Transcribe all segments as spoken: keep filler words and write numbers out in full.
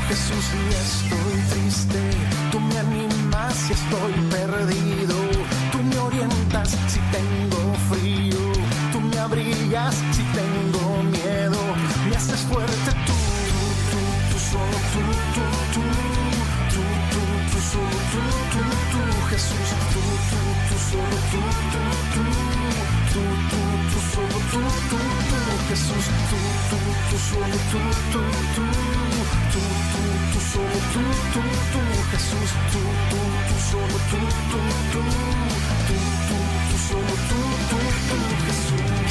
Jesús, y estoy triste, tú me animas si estoy perdido, tú me orientas si tengo frío, tú me abrigas si tengo miedo, me haces fuerte tú, tú, tú, solo tú, tú, tú, tú, tú, tú, solo tú, tú, tú, Jesús, tú, tú, tú, solo tú, tú, tú, tú, tú, tú, solo tú, tú, tú, Jesús, tú, tú, tú, solo tú, tú, tú, tú, tú, tú, solo tú, tú, tú, Jesús, tú, tú, tú, solo tú, tú, tú, tú, tú, tú, solo tú, tú, tú, Jesús.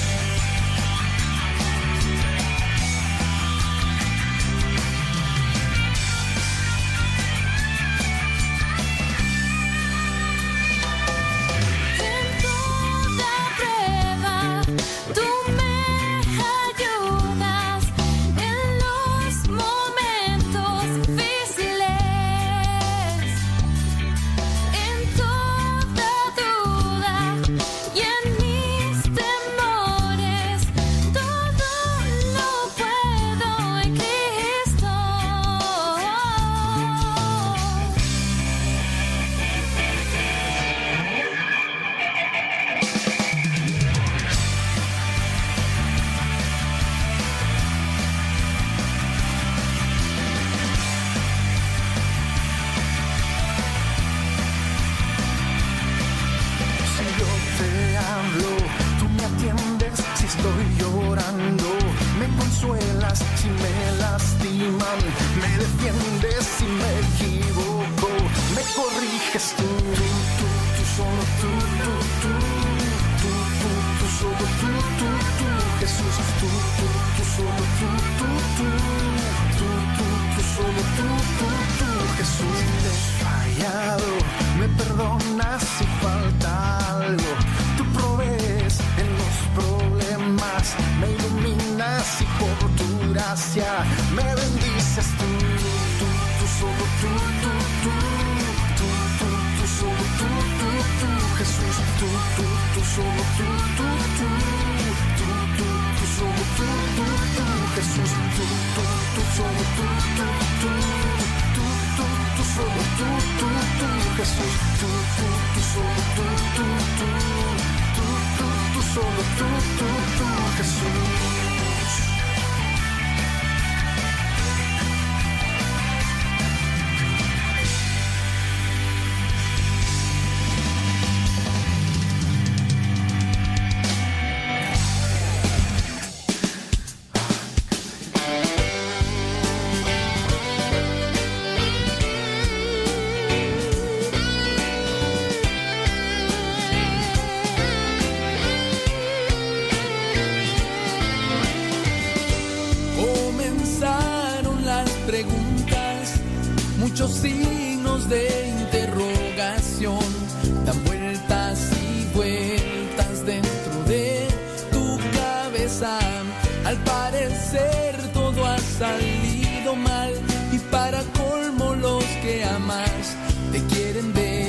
Muchos signos de interrogación, dan vueltas y vueltas dentro de tu cabeza. Al parecer todo ha salido mal y para colmo los que amas te quieren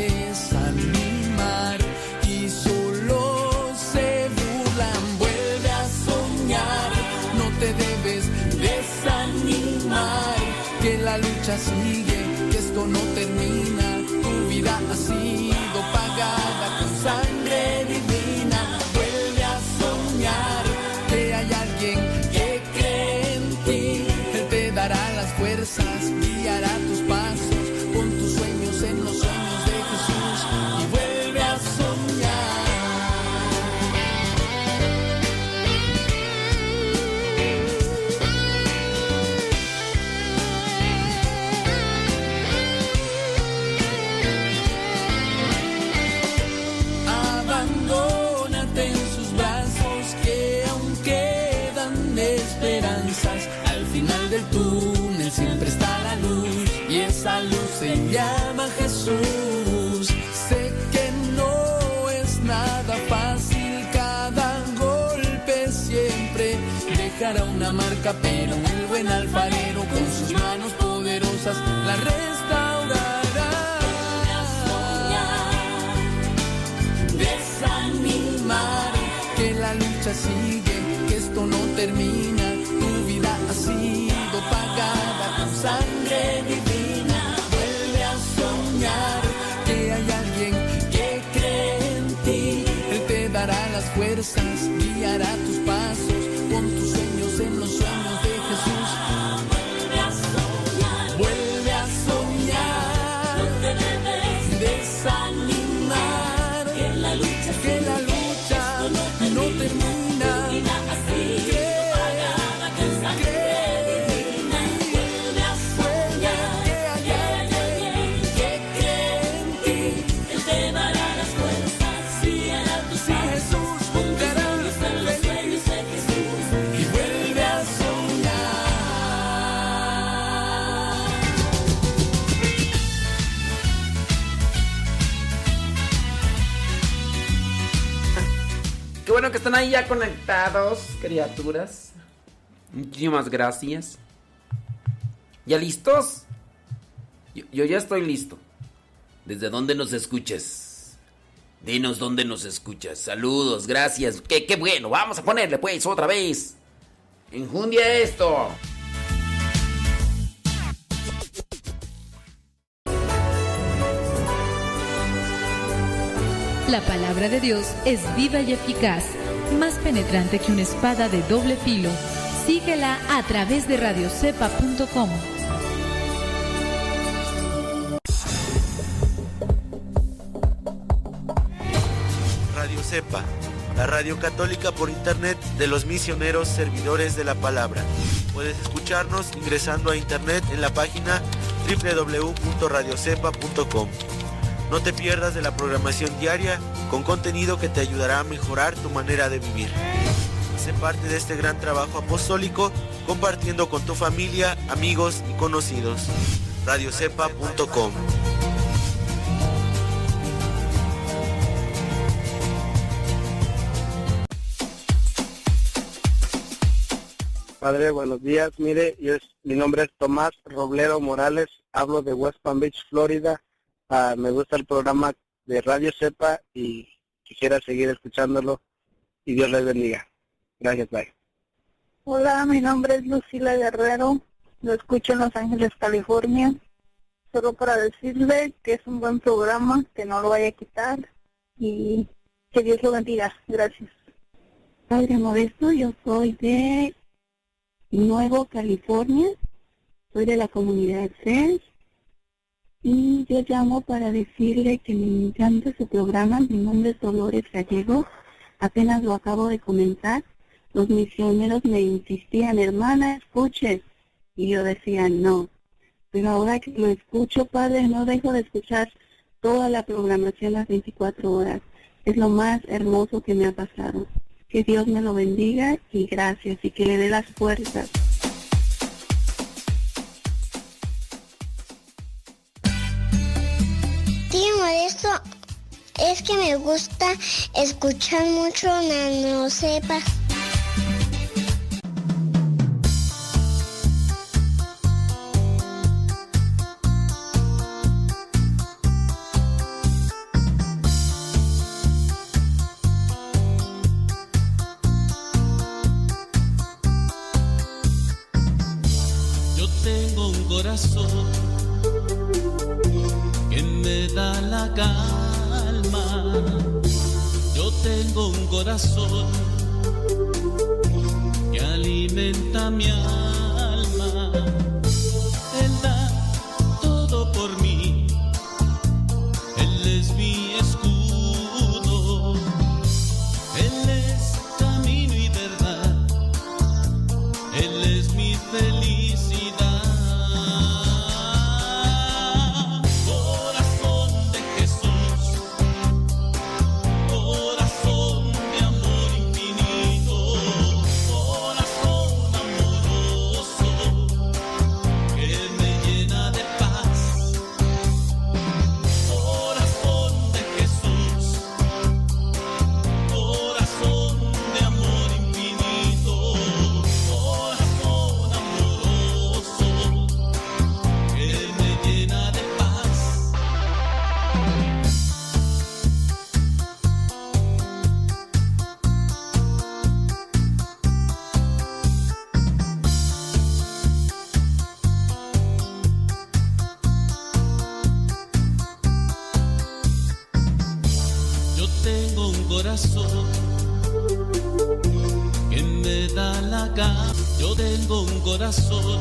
desanimar y solo se burlan. Vuelve a soñar, no te debes desanimar, que la lucha sigue, que esto no termina, tu vida ha sido pagada con sangre divina. Vuelve a soñar, que hay alguien que cree en ti, Él te dará las fuerzas, guiará tus pasos, pon tus sueños en los sueños de Jesús y vuelve a soñar. Abandónate en sus brazos, que aún quedan esperanzas. Al final del túnel siempre está la luz y esa luz se llama Jesús. Sé que no es nada fácil, cada golpe siempre dejará una marca, pero el buen alfarero con sus manos poderosas la restaurará. Desanimar, que la lucha sigue, que esto no termina, tu vida ha sido pagada con sangre bueno que están ahí ya conectados, criaturas. Muchísimas gracias. ¿Ya listos? Yo, yo ya estoy listo. ¿Desde dónde nos escuchas? Dinos dónde nos escuchas. Saludos, gracias. Qué, qué bueno, vamos a ponerle pues otra vez. Enjundia esto. La palabra de Dios es viva y eficaz, más penetrante que una espada de doble filo. Síguela a través de radio cepa punto com. Radio Cepa, la radio católica por internet de los misioneros servidores de la palabra. Puedes escucharnos ingresando a internet en la página doble u doble u doble u punto radio cepa punto com. No te pierdas de la programación diaria con contenido que te ayudará a mejorar tu manera de vivir. Sé parte de este gran trabajo apostólico compartiendo con tu familia, amigos y conocidos. radio cepa punto com. Padre, buenos días. Mire, yo es, mi nombre es Tomás Robledo Morales, hablo de West Palm Beach, Florida. Uh, me gusta el programa de Radio Cepa y quisiera seguir escuchándolo y Dios les bendiga. Gracias, bye. Hola, mi nombre es Lucila Guerrero, lo escucho en Los Ángeles, California. Solo para decirle que es un buen programa, que no lo vaya a quitar y que Dios lo bendiga. Gracias. Padre Modesto, yo soy de Nuevo California, soy de la comunidad C E S. Y yo llamo para decirle que me encanta su programa. Mi nombre es Dolores Gallego. Apenas lo acabo de comenzar. Los misioneros me insistían, hermana, escuche. Y yo decía, no. Pero ahora que lo escucho, Padre, no dejo de escuchar toda la programación las veinticuatro horas. Es lo más hermoso que me ha pasado. Que Dios me lo bendiga y gracias. Y que le dé las fuerzas. Tío Modesto, es que me gusta escuchar mucho Nano Cepa. Yo tengo un corazón que me da la calma. Yo tengo un corazón que alimenta mi alma. Él da todo por mí. Él es mi escudo. Él es camino y verdad. Él es mi felicidad. Que me da la gana. Yo tengo un corazón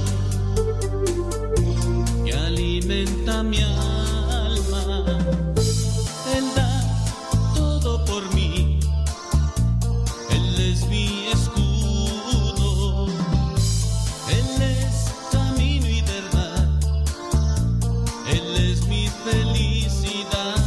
que alimenta mi alma. Él da todo por mí. Él es mi escudo. Él es camino y verdad. Él es mi felicidad.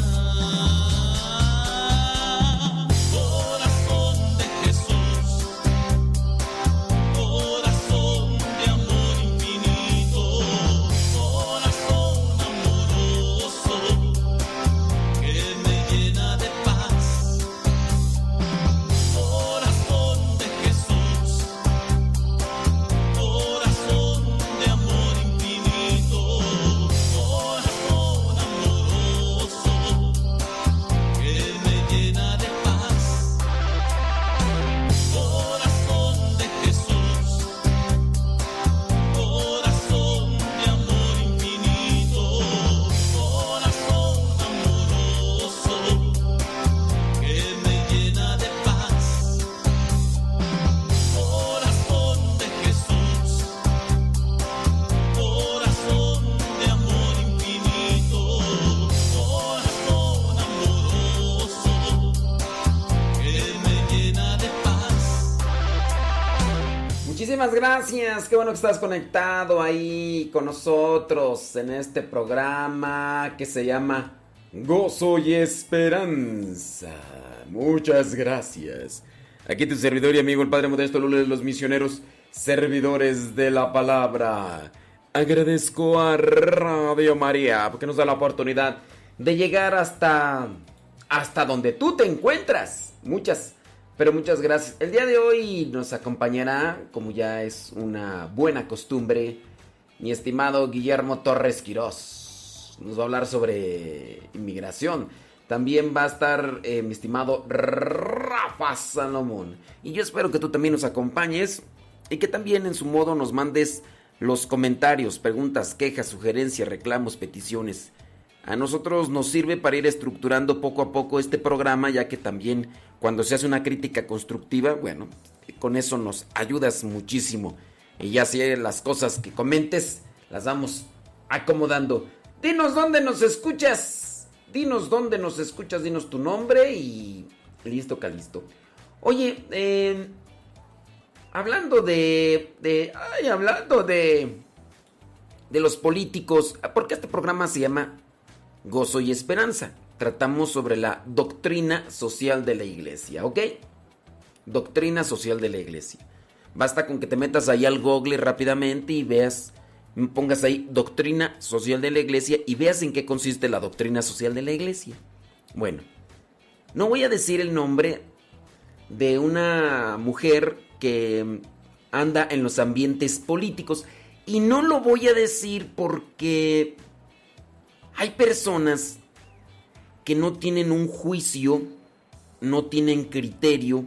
gracias. Qué bueno que estás conectado ahí con nosotros en este programa que se llama Gozo y Esperanza. Muchas gracias. Aquí tu servidor y amigo el Padre Modesto Lule de los misioneros servidores de la palabra. Agradezco a Radio María porque nos da la oportunidad de llegar hasta hasta donde tú te encuentras. Muchas, pero muchas gracias. El día de hoy nos acompañará, como ya es una buena costumbre, mi estimado Guillermo Torres Quirós. Nos va a hablar sobre inmigración. También va a estar eh, mi estimado Rafa Salomón. Y yo espero que tú también nos acompañes y que también en su modo nos mandes los comentarios, preguntas, quejas, sugerencias, reclamos, peticiones. A nosotros nos sirve para ir estructurando poco a poco este programa, ya que también cuando se hace una crítica constructiva, bueno, con eso nos ayudas muchísimo. Y ya si las cosas que comentes las vamos acomodando. Dinos dónde nos escuchas. Dinos dónde nos escuchas, dinos tu nombre y listo, calisto. Oye, eh, hablando de, de, ay, hablando de, de los políticos, porque este programa se llama Gozo y Esperanza. Tratamos sobre la doctrina social de la iglesia, ¿ok? Doctrina social de la iglesia. Basta con que te metas ahí al Google rápidamente y veas, pongas ahí doctrina social de la iglesia y veas en qué consiste la doctrina social de la iglesia. Bueno, no voy a decir el nombre de una mujer que anda en los ambientes políticos y no lo voy a decir porque hay personas que no tienen un juicio, no tienen criterio,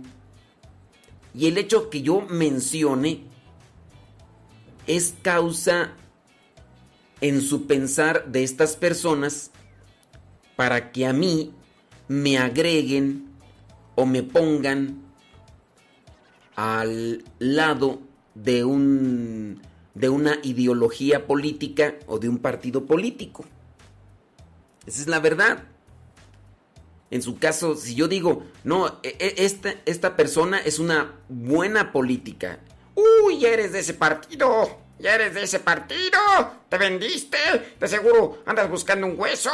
y el hecho que yo mencione es causa en su pensar de estas personas para que a mí me agreguen o me pongan al lado de un de una ideología política o de un partido político. Esa es la verdad. En su caso, si yo digo, no, esta, esta persona es una buena política. Uy, ya eres de ese partido, ya eres de ese partido, te vendiste, de seguro andas buscando un hueso.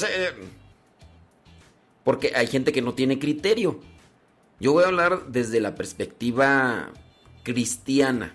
Porque hay gente que no tiene criterio. Yo voy a hablar desde la perspectiva cristiana.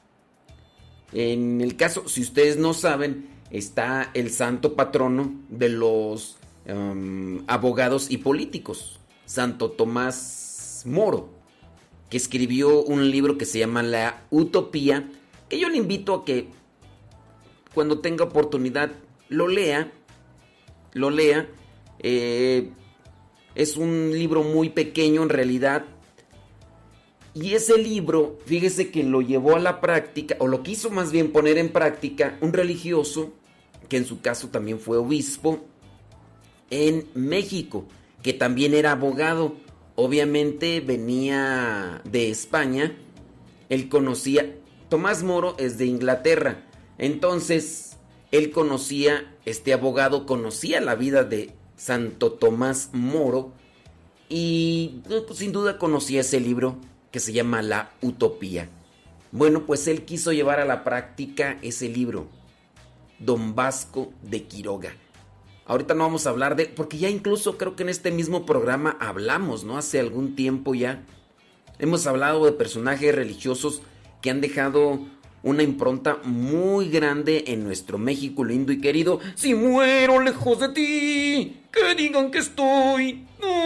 En el caso, si ustedes no saben, está el santo patrono de los um, abogados y políticos, Santo Tomás Moro, que escribió un libro que se llama La Utopía, que yo le invito a que cuando tenga oportunidad lo lea, lo lea. Eh, es un libro muy pequeño en realidad. Y ese libro, fíjese que lo llevó a la práctica, o lo quiso más bien poner en práctica, un religioso, que en su caso también fue obispo, en México, que también era abogado. Obviamente venía de España, él conocía, Tomás Moro es de Inglaterra, entonces él conocía, este abogado conocía la vida de Santo Tomás Moro, y pues, sin duda conocía ese libro, que se llama La Utopía. Bueno, pues él quiso llevar a la práctica ese libro, Don Vasco de Quiroga. Ahorita no vamos a hablar de, porque ya incluso creo que en este mismo programa hablamos, ¿no? Hace algún tiempo ya hemos hablado de personajes religiosos que han dejado una impronta muy grande en nuestro México lindo y querido. Si muero lejos de ti, que digan que estoy.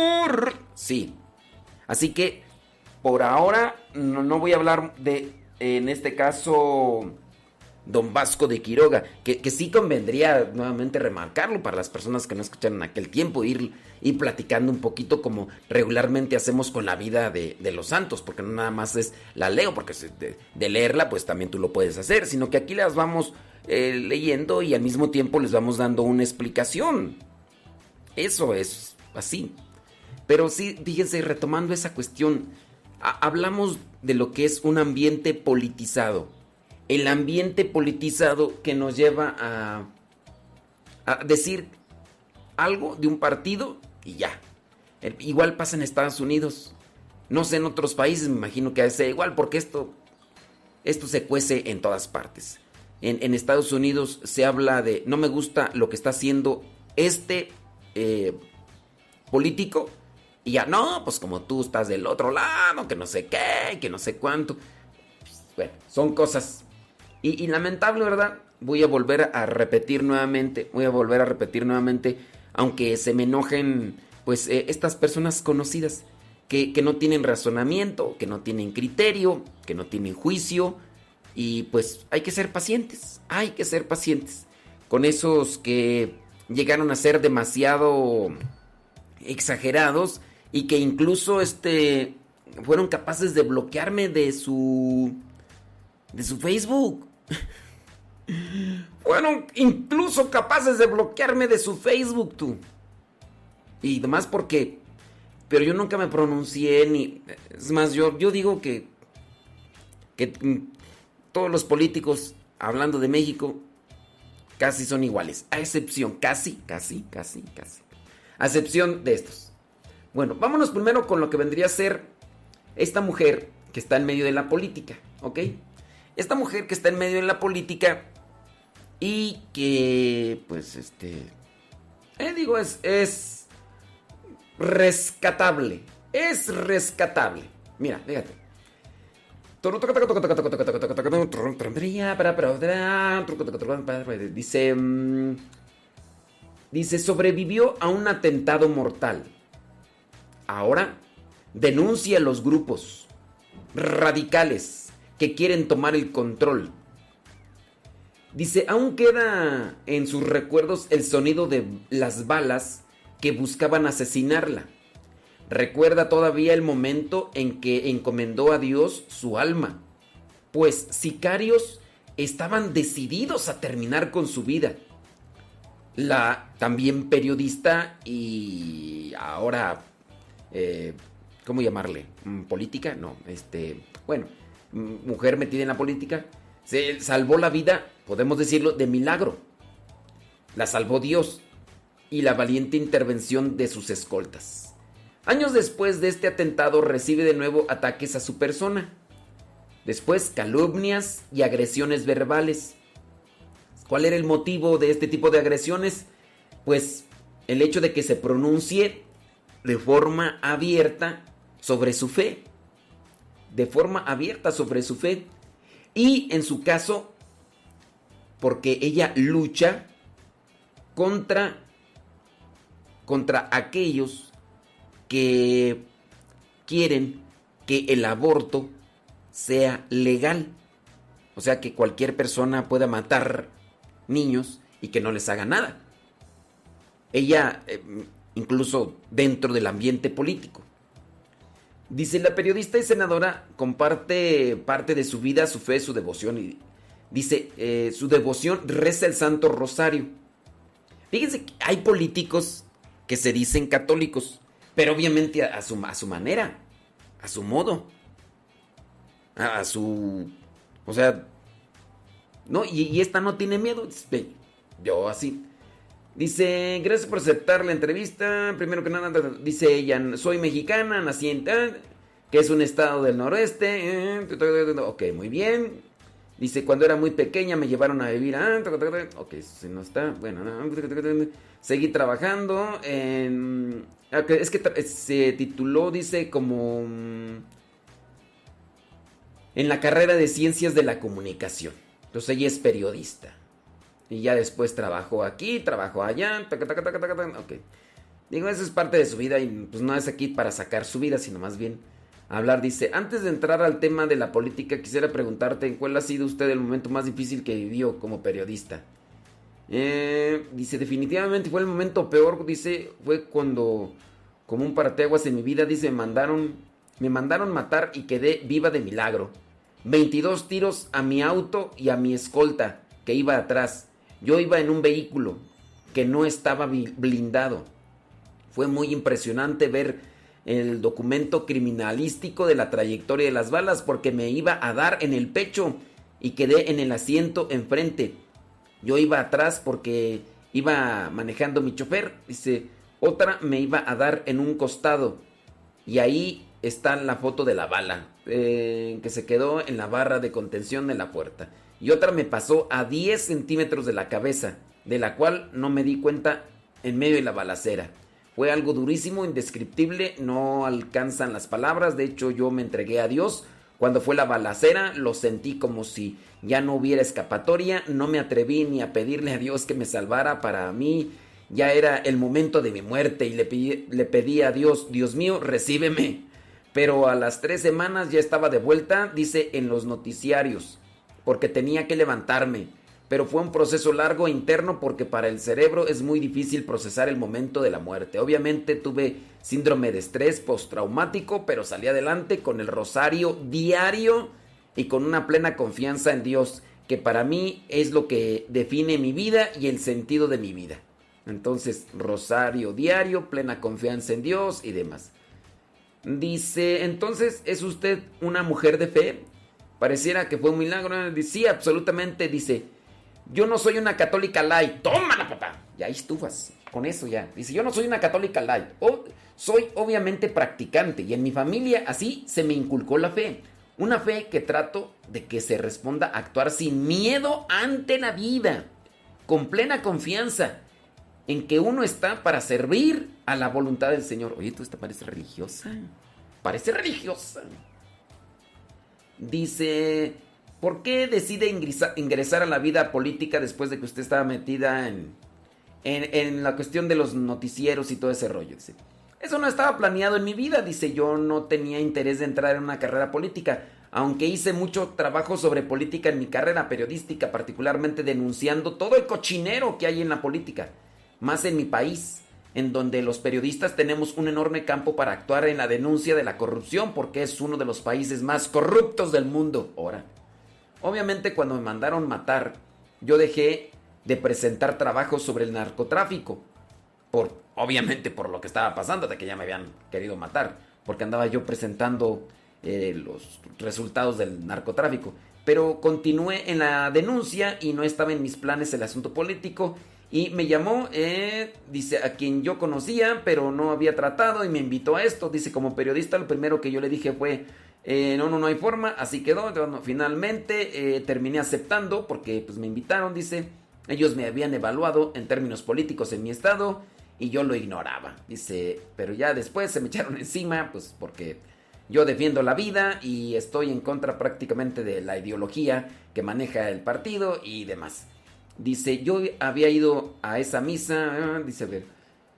Sí, así que por ahora no, no voy a hablar de, en este caso, Don Vasco de Quiroga, que, que sí convendría nuevamente remarcarlo para las personas que no escucharon en aquel tiempo, ir, ir platicando un poquito como regularmente hacemos con la vida de, de los santos, porque no nada más es la leo, porque de, de leerla pues también tú lo puedes hacer, sino que aquí las vamos eh, leyendo y al mismo tiempo les vamos dando una explicación. Eso es así. Pero sí, fíjense, retomando esa cuestión, hablamos de lo que es un ambiente politizado. El ambiente politizado que nos lleva a, a decir algo de un partido y ya. Igual pasa en Estados Unidos. No sé en otros países, me imagino que sea igual, porque esto esto se cuece en todas partes. En, en Estados Unidos se habla de, no me gusta lo que está haciendo este eh, político, y ya, no, pues como tú estás del otro lado, que no sé qué, que no sé cuánto. Pues, bueno, son cosas. Y, y lamentable, ¿verdad? Voy a volver a repetir nuevamente, voy a volver a repetir nuevamente, aunque se me enojen, pues, eh, estas personas conocidas, que, que no tienen razonamiento, que no tienen criterio, que no tienen juicio, y pues hay que ser pacientes, hay que ser pacientes con esos que llegaron a ser demasiado exagerados y que incluso este fueron capaces de bloquearme de su de su Facebook. Fueron incluso capaces de bloquearme de su Facebook, tú. Y demás porque, pero yo nunca me pronuncié ni, es más, yo yo digo que que todos los políticos, hablando de México, casi son iguales, a excepción, casi, casi, casi, casi, a excepción de estos. Bueno, vámonos primero con lo que vendría a ser esta mujer que está en medio de la política, ¿ok? Esta mujer que está en medio de la política y que, pues, este, eh, digo, es, es rescatable, es rescatable. Mira, fíjate. Dice, dice, sobrevivió a un atentado mortal. Ahora denuncia a los grupos radicales que quieren tomar el control. Dice, aún queda en sus recuerdos el sonido de las balas que buscaban asesinarla. Recuerda todavía el momento en que encomendó a Dios su alma, pues sicarios estaban decididos a terminar con su vida. La también periodista y ahora, eh, ¿cómo llamarle? ¿Política? No, este, bueno, mujer metida en la política, se salvó la vida, podemos decirlo, de milagro. La salvó Dios y la valiente intervención de sus escoltas. Años después de este atentado recibe de nuevo ataques a su persona. Después calumnias y agresiones verbales. ¿Cuál era el motivo de este tipo de agresiones? Pues el hecho de que se pronuncie de forma abierta sobre su fe. De forma abierta sobre su fe. Y en su caso, porque ella lucha contra, contra aquellos que quieren que el aborto sea legal. O sea, que cualquier persona pueda matar niños y que no les haga nada. Ella, eh, incluso dentro del ambiente político. Dice, la periodista y senadora comparte parte de su vida, su fe, su devoción. Y dice, eh, su devoción reza el Santo Rosario. Fíjense que hay políticos que se dicen católicos, pero obviamente a, a, su, a su manera, a su modo, a, a su... O sea, no, y, y esta no tiene miedo. Yo así. Dice, gracias por aceptar la entrevista. Primero que nada, dice ella, soy mexicana, nací en... que es un estado del noroeste. Ok, muy bien. Dice, cuando era muy pequeña me llevaron a vivir a... Ok, si no está... Bueno, seguí trabajando en... Es que se tituló, dice, como... en la carrera de Ciencias de la Comunicación. Entonces ella es periodista. Y ya después trabajó aquí, trabajó allá. Ok. Digo, eso es parte de su vida y pues no es aquí para sacar su vida, sino más bien hablar. Dice, antes de entrar al tema de la política, quisiera preguntarte cuál ha sido usted el momento más difícil que vivió como periodista. Eh, dice, definitivamente fue el momento peor, dice, fue cuando, como un parteaguas en mi vida, dice, me mandaron, me mandaron matar y quedé viva de milagro. veintidós tiros a mi auto y a mi escolta que iba atrás. Yo iba en un vehículo que no estaba blindado. Fue muy impresionante ver el documento criminalístico de la trayectoria de las balas porque me iba a dar en el pecho y quedé en el asiento enfrente. Yo iba atrás porque iba manejando mi chofer. Dice, otra me iba a dar en un costado y ahí está la foto de la bala. eh, que se quedó en la barra de contención de la puerta. Y otra me pasó a diez centímetros de la cabeza, de la cual no me di cuenta en medio de la balacera. Fue algo durísimo, indescriptible, no alcanzan las palabras. De hecho, yo me entregué a Dios. Cuando fue la balacera, lo sentí como si ya no hubiera escapatoria. No me atreví ni a pedirle a Dios que me salvara. Para mí ya era el momento de mi muerte y le pedí, le pedí a Dios, Dios mío, recíbeme. Pero a las tres semanas ya estaba de vuelta, dice, en los noticiarios, porque tenía que levantarme. Pero fue un proceso largo e interno porque para el cerebro es muy difícil procesar el momento de la muerte. Obviamente tuve síndrome de estrés postraumático, pero salí adelante con el rosario diario y con una plena confianza en Dios, que para mí es lo que define mi vida y el sentido de mi vida. Entonces, rosario diario, plena confianza en Dios y demás. Dice, entonces, ¿es usted una mujer de fe? Pareciera que fue un milagro. Dice, sí, absolutamente, dice... Yo no soy una católica light. ¡Tómala, papá! Ya ahí estufas. Con eso ya. Dice, yo no soy una católica light. O, soy obviamente practicante. Y en mi familia así se me inculcó la fe. Una fe que trato de que se responda a actuar sin miedo ante la vida. Con plena confianza en que uno está para servir a la voluntad del Señor. Oye, ¿tú esta parece religiosa? Parece religiosa. Dice... ¿Por qué decide ingresar, ingresar a la vida política después de que usted estaba metida en, en, en la cuestión de los noticieros y todo ese rollo? Dice, eso no estaba planeado en mi vida. Dice, yo no tenía interés de entrar en una carrera política, aunque hice mucho trabajo sobre política en mi carrera periodística, particularmente denunciando todo el cochinero que hay en la política, más en mi país, en donde los periodistas tenemos un enorme campo para actuar en la denuncia de la corrupción, porque es uno de los países más corruptos del mundo. Ahora, obviamente cuando me mandaron matar, yo dejé de presentar trabajos sobre el narcotráfico. Por, obviamente por lo que estaba pasando, de que ya me habían querido matar. Porque andaba yo presentando eh, los resultados del narcotráfico. Pero continué en la denuncia y no estaba en mis planes el asunto político. Y me llamó, eh, dice, a quien yo conocía, pero no había tratado y me invitó a esto. Dice, como periodista, lo primero que yo le dije fue... Eh, no, no, no hay forma, así quedó. Bueno, finalmente eh, terminé aceptando porque pues me invitaron, dice. Ellos me habían evaluado en términos políticos en mi estado y yo lo ignoraba. Dice, pero ya después se me echaron encima, pues porque yo defiendo la vida y estoy en contra prácticamente de la ideología que maneja el partido y demás. Dice, yo había ido a esa misa, eh, dice, a ver...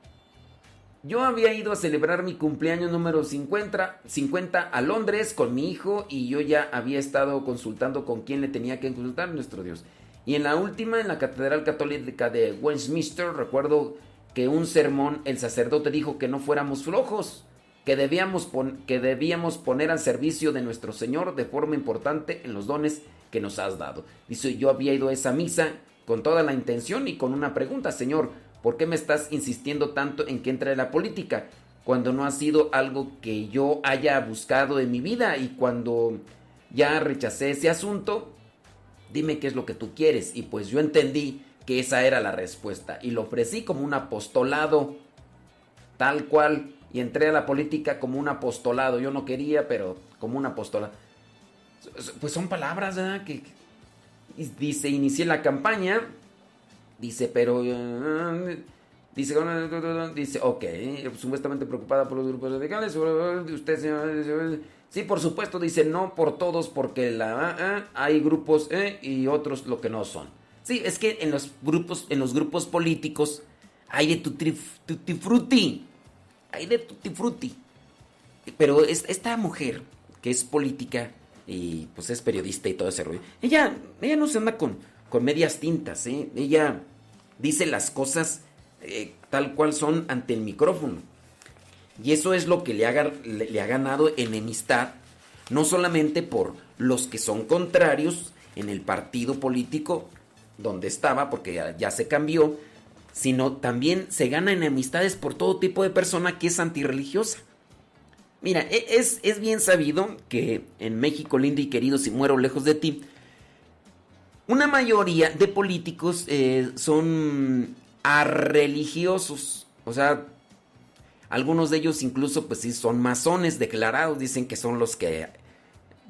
Yo había ido a celebrar mi cumpleaños número cincuenta, cincuenta a Londres con mi hijo y yo ya había estado consultando con quién le tenía que consultar, nuestro Dios. Y en la última, en la Catedral Católica de Westminster, recuerdo que un sermón, el sacerdote dijo que no fuéramos flojos, que debíamos, pon- que debíamos poner al servicio de nuestro Señor de forma importante en los dones que nos has dado. Dice, yo había ido a esa misa con toda la intención y con una pregunta, Señor, ¿por qué me estás insistiendo tanto en que entre en la política? Cuando no ha sido algo que yo haya buscado en mi vida y cuando ya rechacé ese asunto, dime qué es lo que tú quieres. Y pues yo entendí que esa era la respuesta y lo ofrecí como un apostolado, tal cual, y entré a la política como un apostolado. Yo no quería, pero como un apostolado. Pues son palabras, ¿verdad? Que, que dice, inicié la campaña. Dice, pero... Uh, dice, dice, ok, supuestamente preocupada por los grupos radicales. Usted, señor... Sí, por supuesto, dice, no por todos, porque la, uh, hay grupos uh, y otros lo que no son. Sí, es que en los grupos, en los grupos políticos hay de tutti, tutti frutti. Hay de tutti frutti. Pero es, esta mujer, que es política y pues es periodista y todo ese rollo, ella, ella no se anda con... con medias tintas, ¿eh? Ella dice las cosas eh, tal cual son ante el micrófono. Y eso es lo que le ha, le, le ha ganado enemistad, no solamente por los que son contrarios en el partido político donde estaba, porque ya, ya se cambió, sino también se gana enemistades por todo tipo de persona que es antirreligiosa. Mira, es, es bien sabido que en México lindo y querido, si muero lejos de ti, una mayoría de políticos eh, son arreligiosos. O sea, algunos de ellos incluso pues sí son masones declarados. Dicen que son los que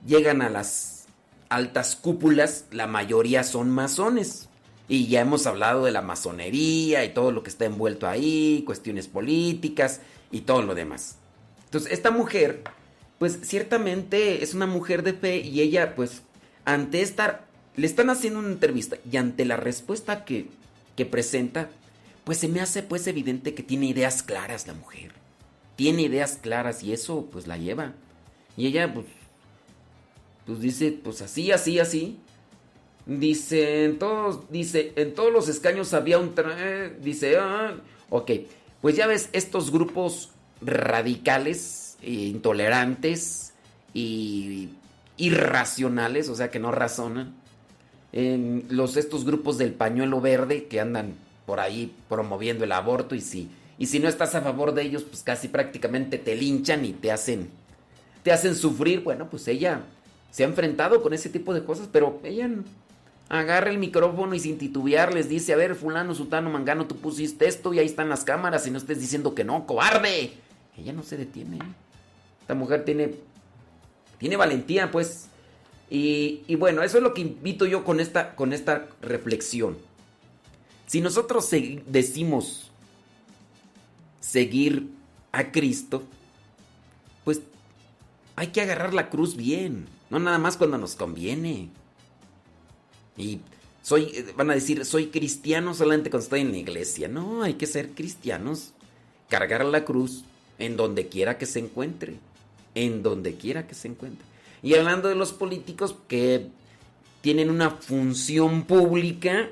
llegan a las altas cúpulas, la mayoría son masones. Y ya hemos hablado de la masonería y todo lo que está envuelto ahí, cuestiones políticas y todo lo demás. Entonces, esta mujer, pues ciertamente es una mujer de fe y ella, pues, ante esta, le están haciendo una entrevista y ante la respuesta que, que presenta, pues se me hace, pues, evidente que tiene ideas claras la mujer. Tiene ideas claras y eso, pues, la lleva. Y ella, pues, pues dice, pues, así, así, así. Dice, en todos, dice, en todos los escaños había un... Tra- dice, ah, ok, pues ya ves, estos grupos radicales, e intolerantes y irracionales, o sea, que no razonan. En los, estos grupos del pañuelo verde que andan por ahí promoviendo el aborto y si, y si no estás a favor de ellos, pues casi prácticamente te linchan y te hacen, te hacen sufrir. Bueno, pues ella se ha enfrentado con ese tipo de cosas, pero ella... no. Agarra el micrófono y sin titubear les dice, a ver, fulano, sutano, mangano, tú pusiste esto y ahí están las cámaras y no estés diciendo que no, cobarde. Ella no se detiene. Esta mujer tiene, tiene valentía, pues. Y, y bueno, eso es lo que invito yo con esta, con esta reflexión. Si nosotros se, decimos seguir a Cristo, pues hay que agarrar la cruz bien, no nada más cuando nos conviene. Y soy, van a decir, soy cristiano solamente cuando estoy en la iglesia. No, hay que ser cristianos. Cargar la cruz en donde quiera que se encuentre. En donde quiera que se encuentre. Y hablando de los políticos que tienen una función pública,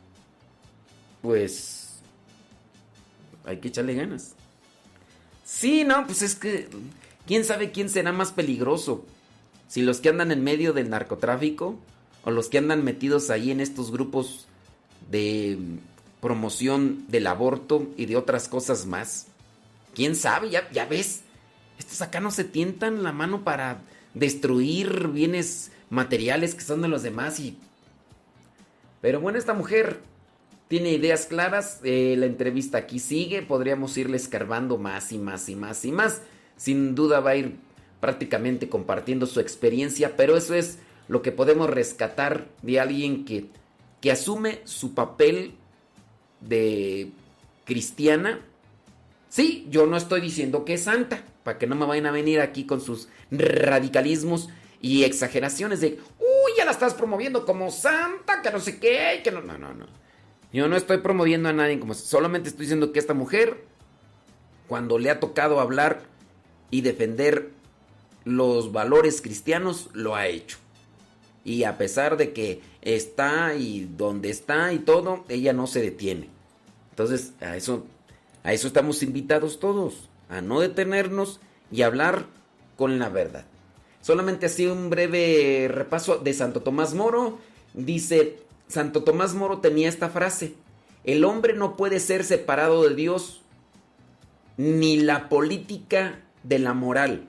pues hay que echarle ganas. Sí, no, pues es que quién sabe quién será más peligroso. Si los que andan en medio del narcotráfico o los que andan metidos ahí en estos grupos de promoción del aborto y de otras cosas más. ¿Quién sabe? Ya, ya ves, estos acá no se tientan la mano para destruir bienes materiales que son de los demás. Y... Pero bueno, esta mujer tiene ideas claras. Eh, la entrevista aquí sigue. Podríamos irle escarbando más y más y más y más. Sin duda va a ir prácticamente compartiendo su experiencia, pero eso es lo que podemos rescatar de alguien que, que asume su papel de cristiana. Sí, yo no estoy diciendo que es santa, para que no me vayan a venir aquí con sus radicalismos y exageraciones de, uy, ya la estás promoviendo como santa, que no sé qué, que no, no, no, no. Yo no estoy promoviendo a nadie como, solamente estoy diciendo que esta mujer, cuando le ha tocado hablar y defender los valores cristianos, lo ha hecho. Y a pesar de que está y donde está y todo, ella no se detiene. Entonces, a eso, a eso estamos invitados todos, a no detenernos y hablar con la verdad. Solamente así un breve repaso de Santo Tomás Moro. Dice, Santo Tomás Moro tenía esta frase: el hombre no puede ser separado de Dios, ni la política de la moral.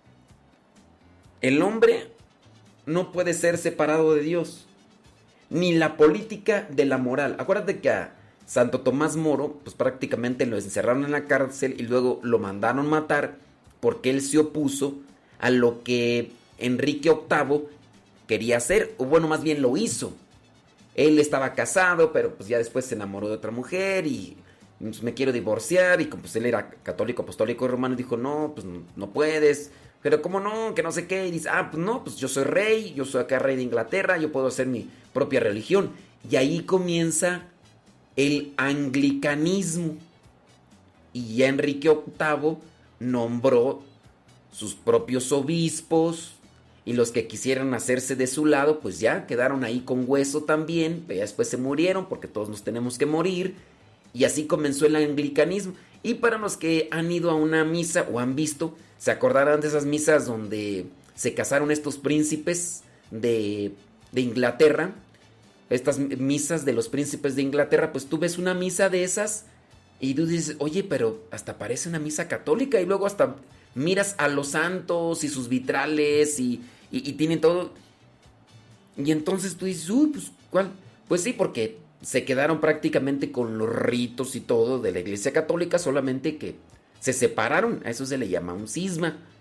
El hombre no puede ser separado de Dios, ni la política de la moral. Acuérdate que a Santo Tomás Moro, pues prácticamente lo encerraron en la cárcel y luego lo mandaron matar porque él se opuso a lo que Enrique octavo quería hacer, o bueno, más bien lo hizo. Él estaba casado, pero pues ya después se enamoró de otra mujer y pues, me quiero divorciar. Y como pues él era católico, apostólico romano, dijo, no, pues no, no puedes. Pero ¿cómo no? Que no sé qué. Y dice, ah, pues no, pues yo soy rey, yo soy acá rey de Inglaterra, yo puedo hacer mi propia religión. Y ahí comienza el anglicanismo. Y ya Enrique octavo nombró sus propios obispos. Y los que quisieran hacerse de su lado, pues ya quedaron ahí con hueso también. Pero ya después se murieron porque todos nos tenemos que morir. Y así comenzó el anglicanismo. Y para los que han ido a una misa o han visto, se acordarán de esas misas donde se casaron estos príncipes de, de Inglaterra. Estas misas de los príncipes de Inglaterra, pues tú ves una misa de esas y tú dices, oye, pero hasta parece una misa católica. Y luego hasta miras a los santos y sus vitrales y, y, y tienen todo. Y entonces tú dices, uy, pues ¿cuál? Pues sí, porque se quedaron prácticamente con los ritos y todo de la Iglesia Católica, solamente que se separaron. A eso se le llama un cisma.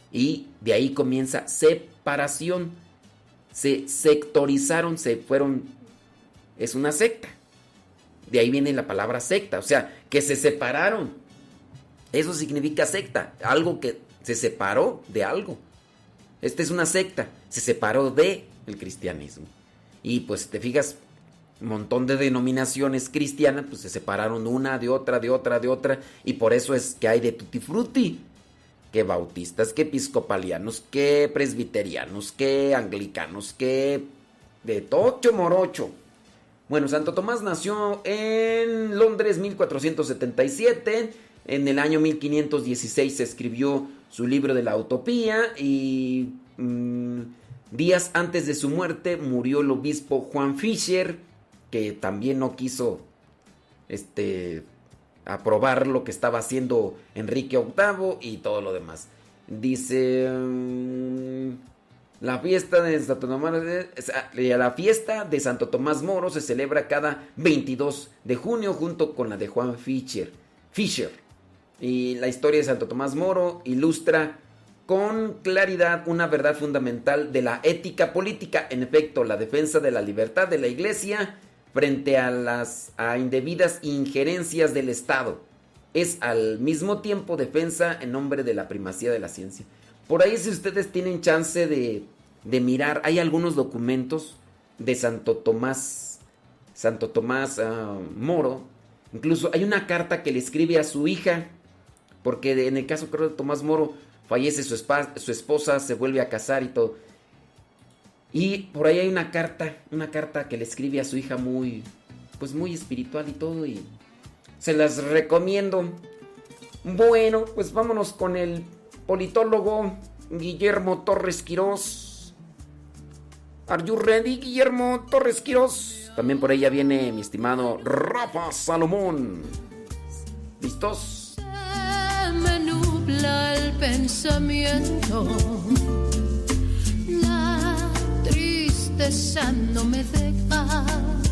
Y de ahí comienza separación. Se sectorizaron, se fueron. Es una secta. De ahí viene la palabra secta. O sea, que se separaron. Eso significa secta. Algo que se separó de algo. Esta es una secta. Se separó de el cristianismo. Y pues te fijas, un montón de denominaciones cristianas pues se separaron una de otra, de otra, de otra. Y por eso es que hay de tutti frutti. Que bautistas, que episcopalianos, que presbiterianos, que anglicanos, que de tocho morocho. Bueno, Santo Tomás nació en Londres mil cuatrocientos setenta y siete. En el año mil quinientos dieciséis se escribió su libro de la Utopía. Y mmm, días antes de su muerte murió el obispo Juan Fisher, que también no quiso este... aprobar lo que estaba haciendo Enrique octavo y todo lo demás. Dice um, la fiesta de Santo Tomás la fiesta de Santo Tomás Moro se celebra cada veintidós de junio junto con la de Juan Fisher. Fisher. Y la historia de Santo Tomás Moro ilustra con claridad una verdad fundamental de la ética política. En efecto, la defensa de la libertad de la Iglesia frente a las a indebidas injerencias del Estado es al mismo tiempo defensa en nombre de la primacía de la ciencia. Por ahí, si ustedes tienen chance de, de mirar, hay algunos documentos de Santo Tomás Santo Tomás uh, Moro. Incluso hay una carta que le escribe a su hija, porque en el caso creo de Tomás Moro fallece su, espa, su esposa, se vuelve a casar y todo. Y por ahí hay una carta, una carta que le escribe a su hija muy, pues muy espiritual y todo, y se las recomiendo. Bueno, pues vámonos con el politólogo Guillermo Torres Quirós. Are you ready, Guillermo Torres Quirós? También por ahí ya viene mi estimado Rafa Salomón. ¿Listos? Se me nubla el pensamiento. No me deja,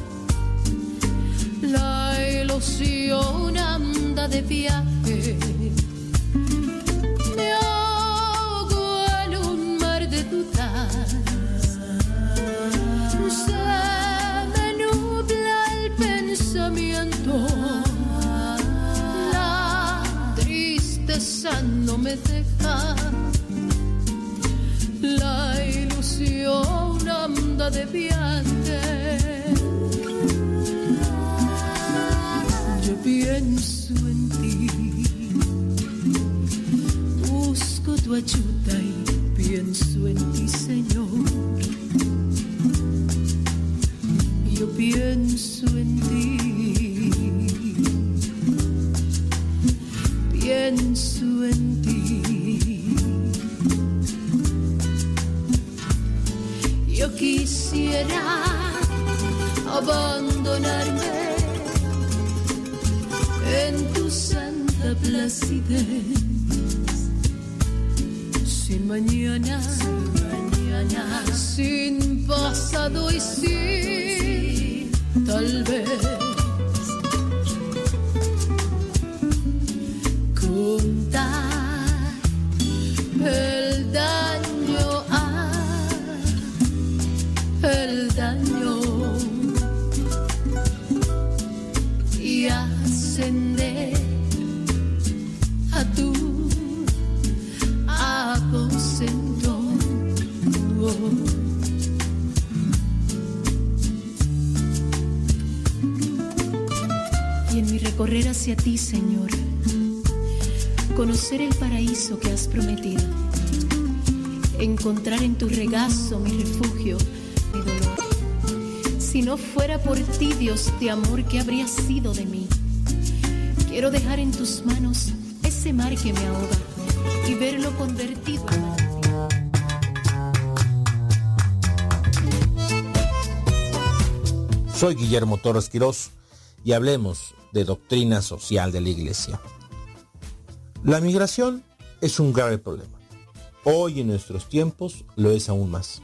la ilusión anda de viaje, me ahogo en un mar de dudas, se me nubla el pensamiento, la tristeza no me deja, la ilusión anda de viaje. Yo pienso en ti, busco tu ayuda y pienso en ti, Señor. Yo pienso en ti, pienso en ti. Yo quisiera abandonarme en tu santa placidez, sin mañana, sin mañana, sin pasado y sin tal vez contar el daño a el daño y ascender a tu aposento. Y en mi recorrer hacia ti, Señor, conocer el paraíso que has prometido, encontrar en tu regazo mi refugio, mi dolor. Si no fuera por ti, Dios de amor, ¿qué habría sido de mí? Quiero dejar en tus manos ese mar que me ahoga y verlo convertido en manantial. Soy Guillermo Torres Quirós y hablemos de doctrina social de la Iglesia. La migración es un grave problema. Hoy en nuestros tiempos lo es aún más.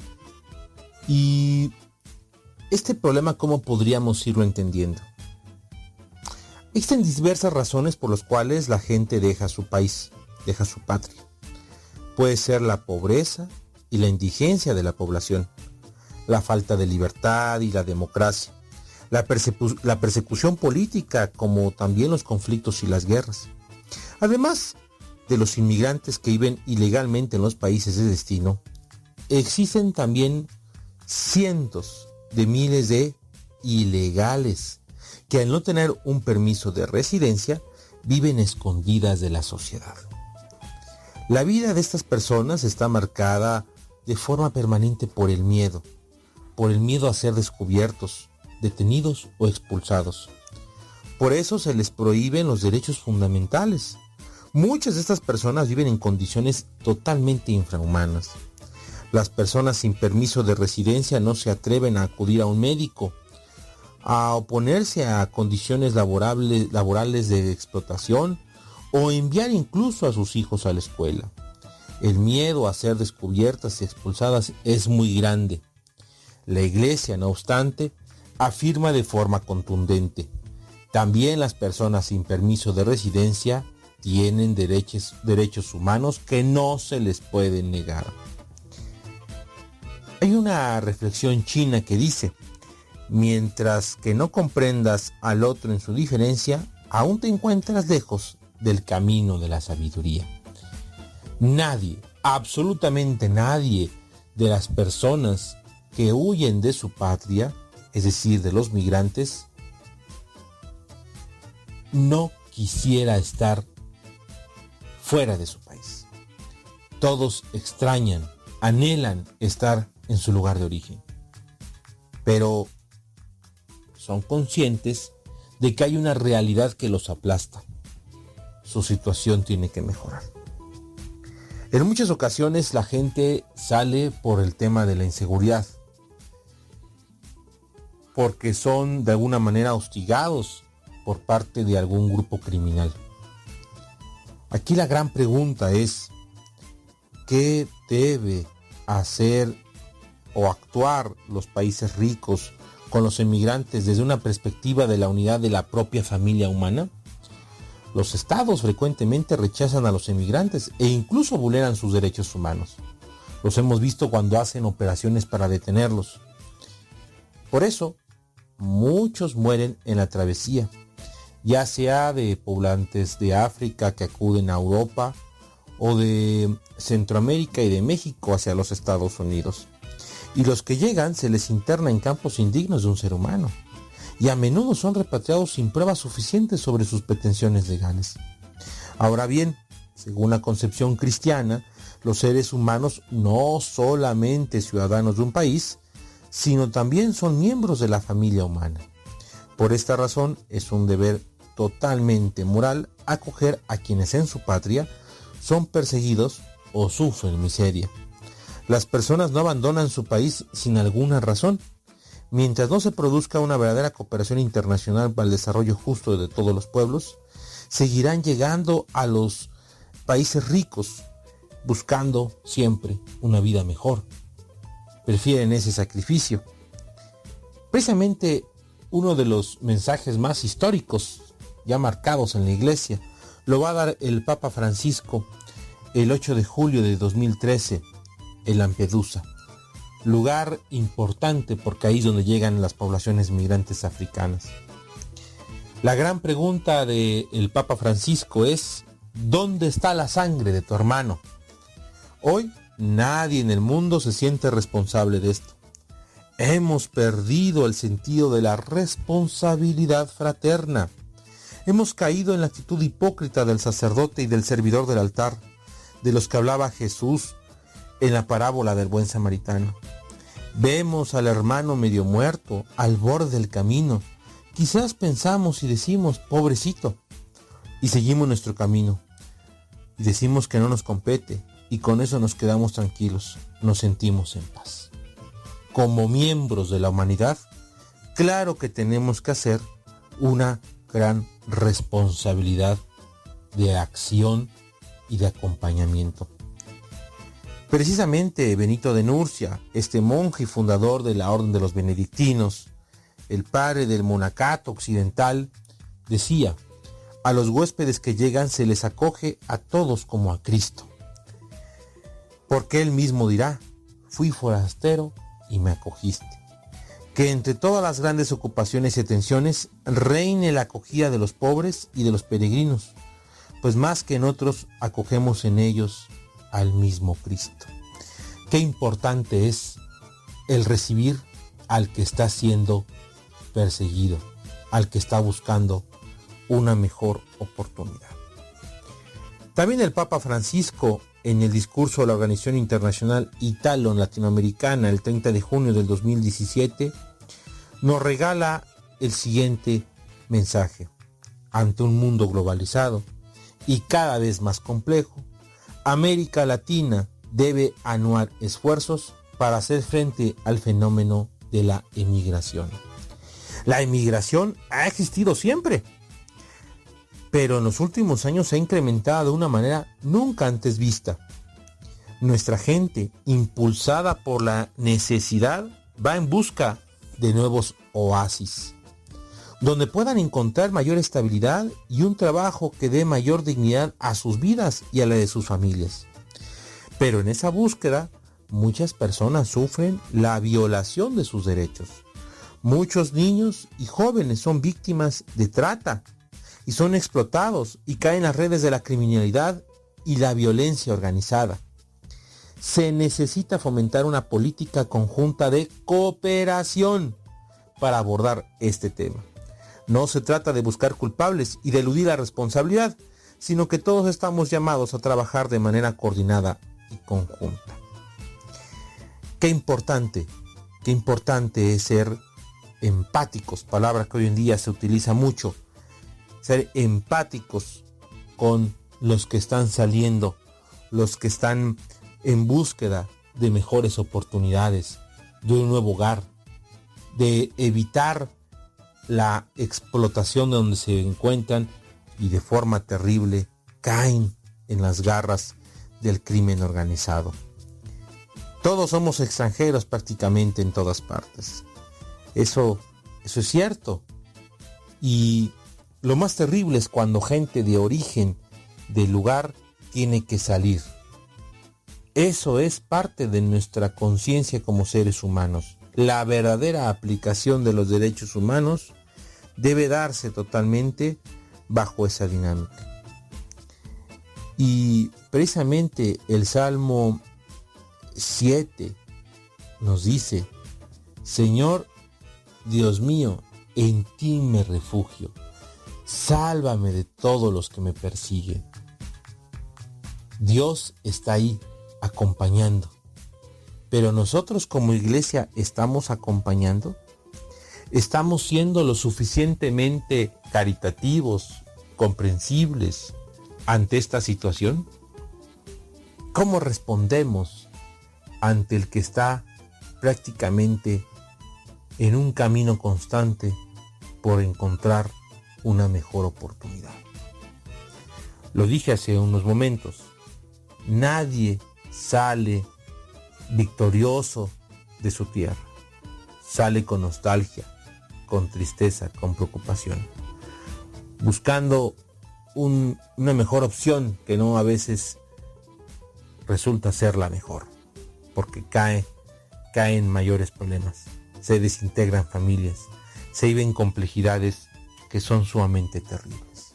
Y este problema, ¿cómo podríamos irlo entendiendo? Existen diversas razones por las cuales la gente deja su país, deja su patria. Puede ser la pobreza y la indigencia de la población, la falta de libertad y la democracia, la, persecu- la persecución política, como también los conflictos y las guerras. Además de los inmigrantes que viven ilegalmente en los países de destino, existen también cientos de miles de ilegales que al no tener un permiso de residencia viven escondidas de la sociedad. La vida de estas personas está marcada de forma permanente por el miedo, por el miedo a ser descubiertos, detenidos o expulsados. Por eso se les prohíben los derechos fundamentales. Muchas de estas personas viven en condiciones totalmente infrahumanas. Las personas sin permiso de residencia no se atreven a acudir a un médico, a oponerse a condiciones laborables, laborales de explotación o enviar incluso a sus hijos a la escuela. El miedo a ser descubiertas y expulsadas es muy grande. La Iglesia, no obstante, afirma de forma contundente: también las personas sin permiso de residencia tienen derechos, derechos humanos que no se les pueden negar. Hay una reflexión china que dice: mientras que no comprendas al otro en su diferencia, aún te encuentras lejos del camino de la sabiduría. Nadie, absolutamente nadie de las personas que huyen de su patria, es decir, de los migrantes, no quisiera estar fuera de su país. Todos extrañan, anhelan estar en su lugar de origen, pero son conscientes de que hay una realidad que los aplasta. Su situación tiene que mejorar. En muchas ocasiones la gente sale por el tema de la inseguridad, porque son de alguna manera hostigados por parte de algún grupo criminal. Aquí la gran pregunta es: ¿qué debe hacer o actuar los países ricos con los emigrantes desde una perspectiva de la unidad de la propia familia humana? Los estados frecuentemente rechazan a los emigrantes e incluso vulneran sus derechos humanos. Los hemos visto cuando hacen operaciones para detenerlos. Por eso, muchos mueren en la travesía, ya sea de poblantes de África que acuden a Europa o de Centroamérica y de México hacia los Estados Unidos. Y los que llegan se les interna en campos indignos de un ser humano, y a menudo son repatriados sin pruebas suficientes sobre sus pretensiones legales. Ahora bien, según la concepción cristiana, los seres humanos no solamente ciudadanos de un país, sino también son miembros de la familia humana. Por esta razón, es un deber totalmente moral acoger a quienes en su patria son perseguidos o sufren miseria. Las personas no abandonan su país sin alguna razón. Mientras no se produzca una verdadera cooperación internacional para el desarrollo justo de todos los pueblos, seguirán llegando a los países ricos buscando siempre una vida mejor. Prefieren ese sacrificio. Precisamente uno de los mensajes más históricos ya marcados en la Iglesia lo va a dar el Papa Francisco el ocho de julio de dos mil trece en Lampedusa, lugar importante porque ahí es donde llegan las poblaciones migrantes africanas. La gran pregunta del Papa Francisco es: ¿dónde está la sangre de tu hermano? Hoy nadie en el mundo se siente responsable de esto. Hemos perdido el sentido de la responsabilidad fraterna. Hemos caído en la actitud hipócrita del sacerdote y del servidor del altar, de los que hablaba Jesús en la parábola del buen samaritano. Vemos al hermano medio muerto al borde del camino. Quizás pensamos y decimos: pobrecito, y seguimos nuestro camino. Y decimos que no nos compete, y con eso nos quedamos tranquilos, nos sentimos en paz. Como miembros de la humanidad, claro que tenemos que hacer una gran responsabilidad de acción y de acompañamiento. Precisamente Benito de Nurcia, este monje y fundador de la Orden de los Benedictinos, el padre del monacato occidental, decía: a los huéspedes que llegan se les acoge a todos como a Cristo. porque Él mismo dirá, fui forastero y me acogiste. Que entre todas las grandes ocupaciones y atenciones reine la acogida de los pobres y de los peregrinos, pues más que en otros acogemos en ellos al mismo Cristo. Qué importante es el recibir al que está siendo perseguido, al que está buscando una mejor oportunidad. También el Papa Francisco, en el discurso de la Organización Internacional Italo-Latinoamericana el treinta de junio del dos mil diecisiete, nos regala el siguiente mensaje. Ante un mundo globalizado y cada vez más complejo, América Latina debe anuar esfuerzos para hacer frente al fenómeno de la emigración. La emigración ha existido siempre, pero en los últimos años se ha incrementado de una manera nunca antes vista. Nuestra gente, impulsada por la necesidad, va en busca de nuevos oasis, donde puedan encontrar mayor estabilidad y un trabajo que dé mayor dignidad a sus vidas y a la de sus familias. Pero en esa búsqueda, muchas personas sufren la violación de sus derechos. Muchos niños y jóvenes son víctimas de trata y son explotados y caen en las redes de la criminalidad y la violencia organizada. Se necesita fomentar una política conjunta de cooperación para abordar este tema. No se trata de buscar culpables y de eludir la responsabilidad, sino que todos estamos llamados a trabajar de manera coordinada y conjunta. Qué importante, qué importante es ser empáticos, palabra que hoy en día se utiliza mucho, ser empáticos con los que están saliendo, los que están en búsqueda de mejores oportunidades, de un nuevo hogar, de evitar la explotación de donde se encuentran y de forma terrible caen en las garras del crimen organizado. Todos somos extranjeros prácticamente en todas partes. Eso, eso es cierto. Y lo más terrible es cuando gente de origen del lugar tiene que salir. Eso es parte de nuestra conciencia como seres humanos. La verdadera aplicación de los derechos humanos debe darse totalmente bajo esa dinámica. Y precisamente el Salmo siete nos dice, Señor Dios mío, en ti me refugio, sálvame de todos los que me persiguen. Dios está ahí acompañando, pero nosotros como iglesia estamos acompañando, estamos siendo lo suficientemente caritativos, comprensibles ante esta situación. ¿Cómo respondemos ante el que está prácticamente en un camino constante por encontrar una mejor oportunidad? Lo dije hace unos momentos, nadie sale victorioso de su tierra, sale con nostalgia, con tristeza, con preocupación, buscando un, una mejor opción que no a veces resulta ser la mejor, porque cae, caen mayores problemas, se desintegran familias, se viven complejidades que son sumamente terribles.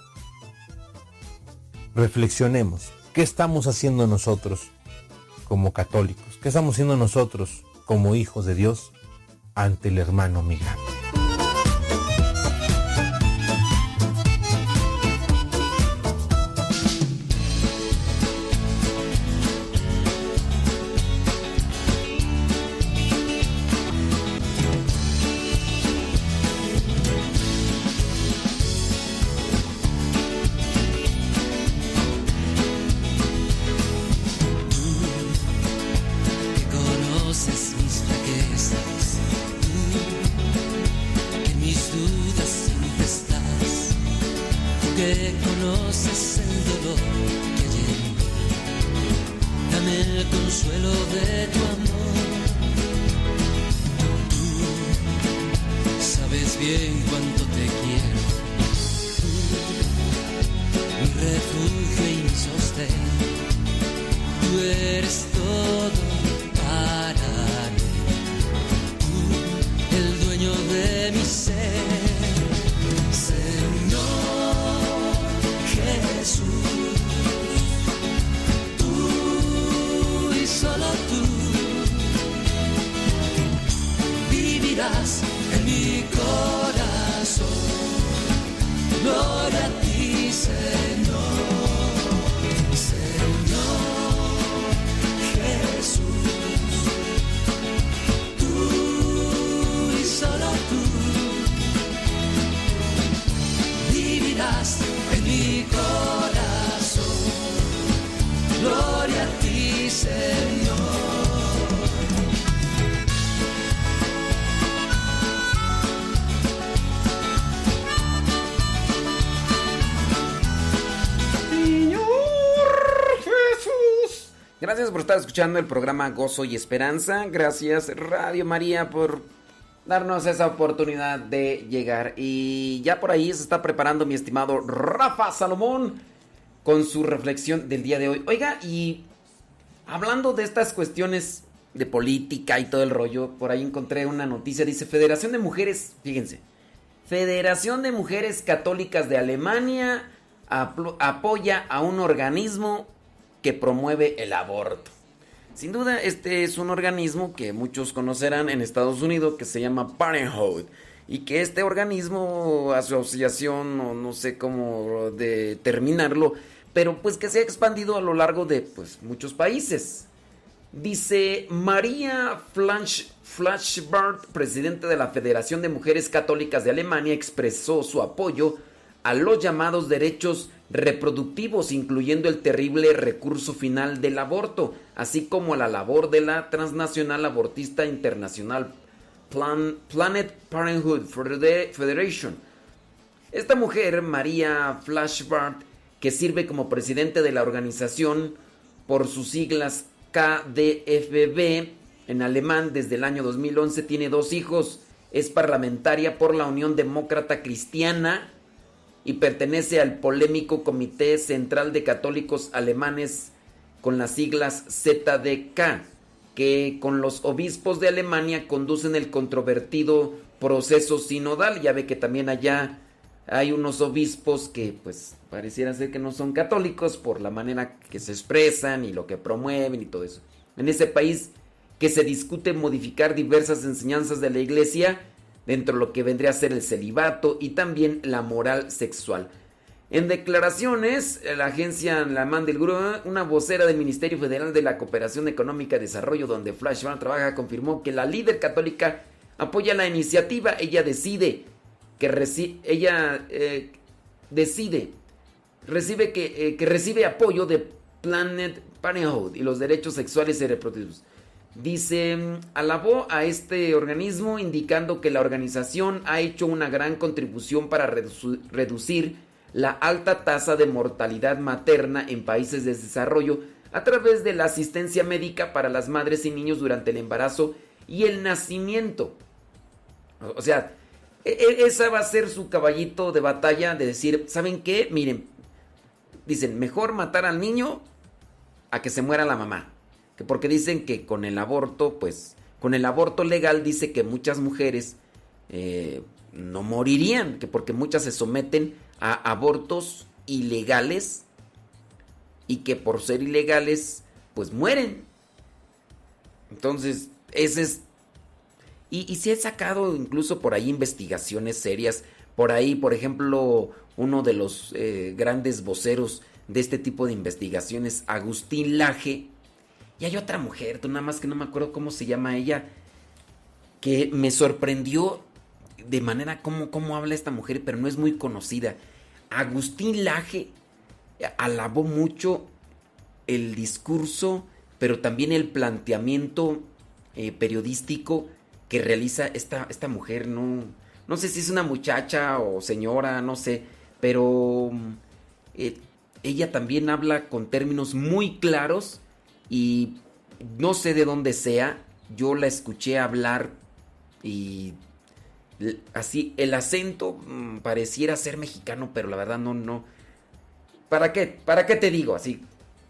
Reflexionemos, ¿qué estamos haciendo nosotros como católicos? ¿Qué estamos haciendo nosotros como hijos de Dios ante el hermano migrante? bien cuánto te quiero. Tú, mi refugio y mi sostén. Tú eres en mi corazón. Gloria a ti, Señor, Señor Jesús. Tú y solo tú vivirás en mi corazón. Gloria a ti, Señor. Gracias por estar escuchando el programa Gozo y Esperanza. Gracias Radio María por darnos esa oportunidad de llegar. Y ya por ahí se está preparando mi estimado Rafa Salomón con su reflexión del día de hoy. Oiga, y hablando de estas cuestiones de política y todo el rollo, por ahí encontré una noticia. Dice Federación de Mujeres, fíjense, Federación de Mujeres Católicas de Alemania ap- apoya a un organismo que promueve el aborto. Sin duda, este es un organismo que muchos conocerán en Estados Unidos, que se llama Parenthood, y que este organismo, asociación, o no sé cómo determinarlo, pero pues que se ha expandido a lo largo de pues muchos países. Dice María Flansch, Flashbart, presidente de la Federación de Mujeres Católicas de Alemania, expresó su apoyo a los llamados derechos reproductivos, incluyendo el terrible recurso final del aborto, así como la labor de la transnacional abortista internacional Plan, Planet Parenthood Federation. Esta mujer, María Flashbart, que sirve como presidente de la organización por sus siglas K D F B en alemán desde el año dos mil once, tiene dos hijos, es parlamentaria por la Unión Demócrata Cristiana y pertenece al polémico Comité Central de Católicos Alemanes con las siglas Z D K, que con los obispos de Alemania conducen el controvertido proceso sinodal. Ya ve que también allá hay unos obispos que pues pareciera ser que no son católicos por la manera que se expresan y lo que promueven y todo eso. En ese país que se discute modificar diversas enseñanzas de la Iglesia dentro de lo que vendría a ser el celibato y también la moral sexual. En declaraciones, la agencia alemán del grupo, una vocera del Ministerio Federal de la Cooperación Económica y Desarrollo, donde Flashbart trabaja, confirmó que la líder católica apoya la iniciativa. Ella decide que reci- ella eh, decide recibe que, eh, que recibe apoyo de Planet Parenthood y los derechos sexuales y reproductivos. Dice, alabó a este organismo indicando que la organización ha hecho una gran contribución para redu- reducir la alta tasa de mortalidad materna en países de desarrollo a través de la asistencia médica para las madres y niños durante el embarazo y el nacimiento. O sea, e- esa va a ser su caballito de batalla de decir, ¿saben qué? Miren, dicen, mejor matar al niño a que se muera la mamá. Porque dicen que con el aborto, pues, con el aborto legal dice que muchas mujeres eh, no morirían, que porque muchas se someten a abortos ilegales y que por ser ilegales, pues mueren. Entonces, ese es... Y, y se han sacado incluso por ahí investigaciones serias. Por ahí, por ejemplo, uno de los eh, grandes voceros de este tipo de investigaciones, Agustín Laje. Y hay otra mujer, tú nada más que no me acuerdo cómo se llama ella, que me sorprendió de manera como, como habla esta mujer, pero no es muy conocida. Agustín Laje alabó mucho el discurso, pero también el planteamiento eh, periodístico que realiza esta, esta mujer. No, no sé si es una muchacha o señora, no sé, pero eh, ella también habla con términos muy claros. Y no sé de dónde sea, yo la escuché hablar y así el acento mmm, pareciera ser mexicano, pero la verdad no, no. ¿Para qué? ¿Para qué te digo así?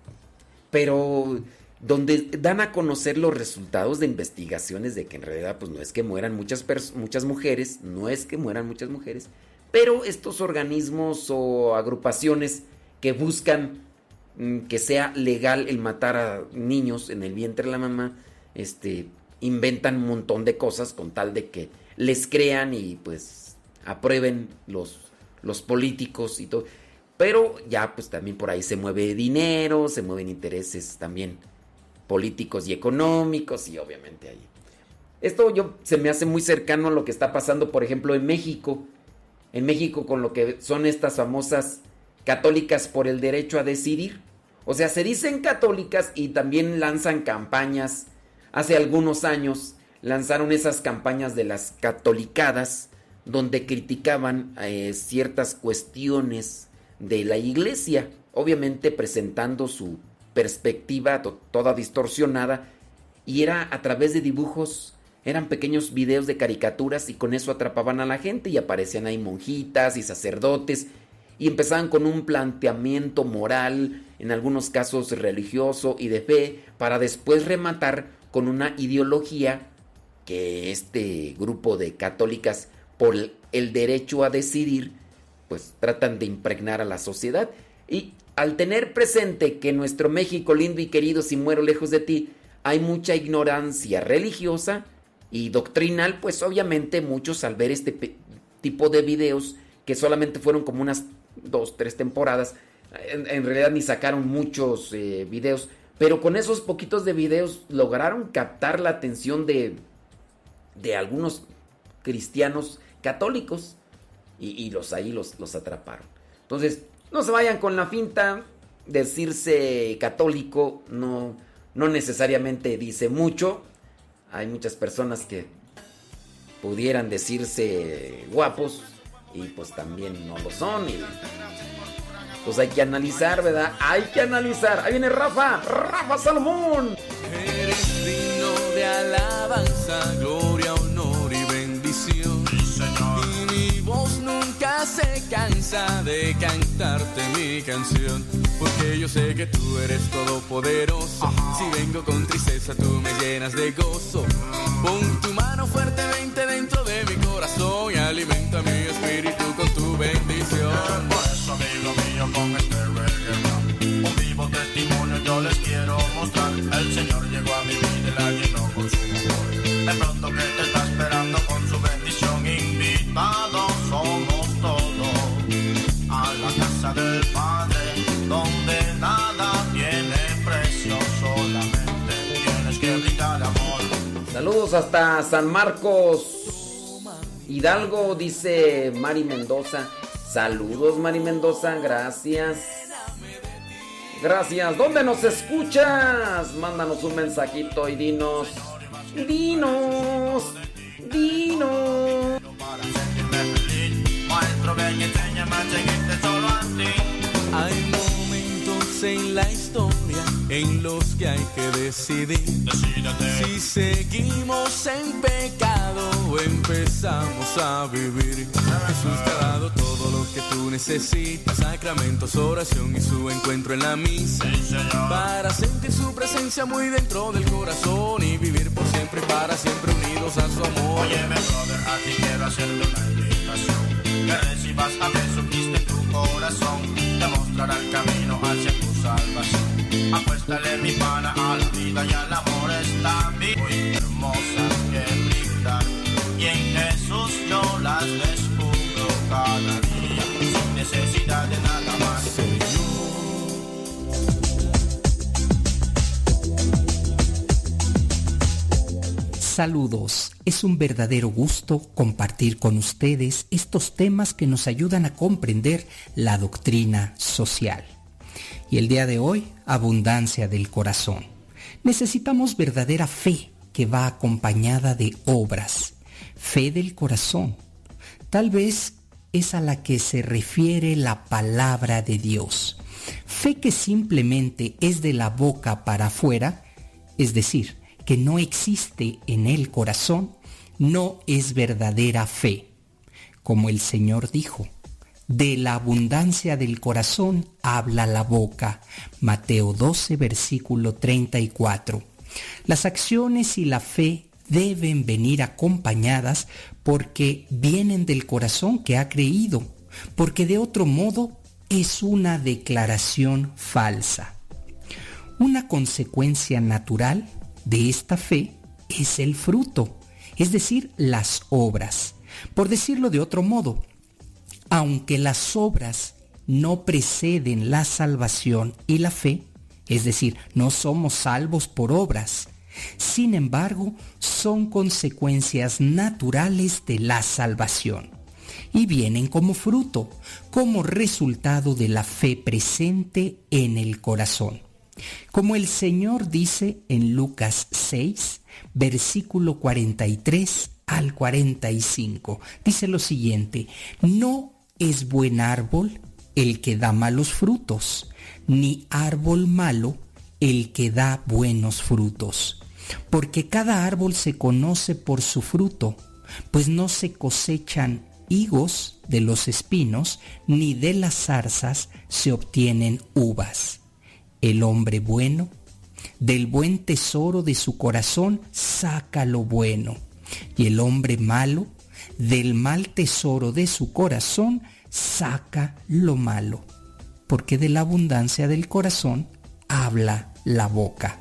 Pero donde dan a conocer los resultados de investigaciones de que en realidad pues no es que mueran muchas, pers- muchas mujeres, no es que mueran muchas mujeres, pero estos organismos o agrupaciones que buscan que sea legal el matar a niños en el vientre de la mamá, este, inventan un montón de cosas con tal de que les crean y pues aprueben los, los políticos y todo. Pero ya pues también por ahí se mueve dinero, se mueven intereses también políticos y económicos y obviamente ahí. Esto yo, se me hace muy cercano a lo que está pasando, por ejemplo, en México. En México con lo que son estas famosas católicas por el derecho a decidir. O sea, se dicen católicas y también lanzan campañas. Hace algunos años lanzaron esas campañas de las catolicadas, donde criticaban eh, ciertas cuestiones de la iglesia, obviamente presentando su perspectiva to- toda distorsionada, y era a través de dibujos, eran pequeños videos de caricaturas y con eso atrapaban a la gente y aparecían ahí monjitas y sacerdotes y empezaban con un planteamiento moral, en algunos casos religioso y de fe, para después rematar con una ideología que este grupo de católicas por el derecho a decidir pues tratan de impregnar a la sociedad. Y al tener presente que en nuestro México lindo y querido, si muero lejos de ti, hay mucha ignorancia religiosa y doctrinal, pues obviamente muchos al ver este pe- tipo de videos, que solamente fueron como unas dos, tres temporadas, en, en realidad ni sacaron muchos eh, videos, pero con esos poquitos de videos lograron captar la atención de, de algunos cristianos católicos y, y los ahí los, los atraparon. Entonces, no se vayan con la finta. Decirse católico no, no necesariamente dice mucho. Hay muchas personas que pudieran decirse guapos y pues también no lo son. Y pues hay que analizar, ¿verdad? Hay que analizar. Ahí viene Rafa, Rafa Salomón. Eres digno de alabanza, gloria, honor y bendición. Y mi voz nunca se cansa de cantarte mi canción. Porque yo sé que tú eres todopoderoso. Ajá. Si vengo con tristeza, tú me llenas de gozo. Pon tu mano fuertemente dentro de mi corazón y alimenta mi espíritu con tu bendición. Por eso, amigo mío, con este reggae, un vivo testimonio yo les quiero mostrar. El Señor llegó a mi vida y la llenó con su amor. De pronto que te está esperando con su bendición. Invitados somos todos a la casa del Padre, donde nada tiene precio, solamente tienes que brindar amor. Saludos hasta San Marcos, Hidalgo, dice Mari Mendoza. Saludos, Mari Mendoza, gracias. Gracias. ¿Dónde nos escuchas? Mándanos un mensajito y dinos. Dinos. Dinos. Maestro, ven y enséñame a seguirte solo a ti. Hay momentos en la historia en los que hay que decidir. Decídate. Si seguimos en pecado o empezamos a vivir. Jesús te ha dado todo lo que tú necesitas: sacramentos, oración y su encuentro en la misa. Sí, para sentir su presencia muy dentro del corazón y vivir por siempre y para siempre unidos a su amor. Oye, mi brother, a ti quiero hacerte una invitación. Que recibas a Jesucristo en tu corazón, te mostrará el camino hacia tu salvación. Apuéstale, mi pana, a la vida y al amor. Está muy hermosas que brindar, y en Jesús yo las descubro cada día, sin necesidad de nada más. Saludos, es un verdadero gusto compartir con ustedes estos temas que nos ayudan a comprender la doctrina social. Y el día de hoy, abundancia del corazón. Necesitamos verdadera fe que va acompañada de obras. Fe del corazón. Tal vez es a la que se refiere la palabra de Dios. Fe que simplemente es de la boca para afuera, es decir, que no existe en el corazón, no es verdadera fe. Como el Señor dijo, de la abundancia del corazón habla la boca. Mateo doce, versículo treinta y cuatro. Las acciones y la fe deben venir acompañadas porque vienen del corazón que ha creído, porque de otro modo es una declaración falsa. Una consecuencia natural de esta fe es el fruto, es decir, las obras. Por decirlo de otro modo, aunque las obras no preceden la salvación y la fe, es decir, no somos salvos por obras, sin embargo, son consecuencias naturales de la salvación y vienen como fruto, como resultado de la fe presente en el corazón. Como el Señor dice en Lucas seis, versículo cuarenta y tres al cuarenta y cinco, dice lo siguiente: no es buen árbol el que da malos frutos, ni árbol malo el que da buenos frutos. Porque cada árbol se conoce por su fruto, pues no se cosechan higos de los espinos, ni de las zarzas se obtienen uvas. El hombre bueno, del buen tesoro de su corazón saca lo bueno, y el hombre malo, del mal tesoro de su corazón saca lo malo, porque de la abundancia del corazón habla la boca.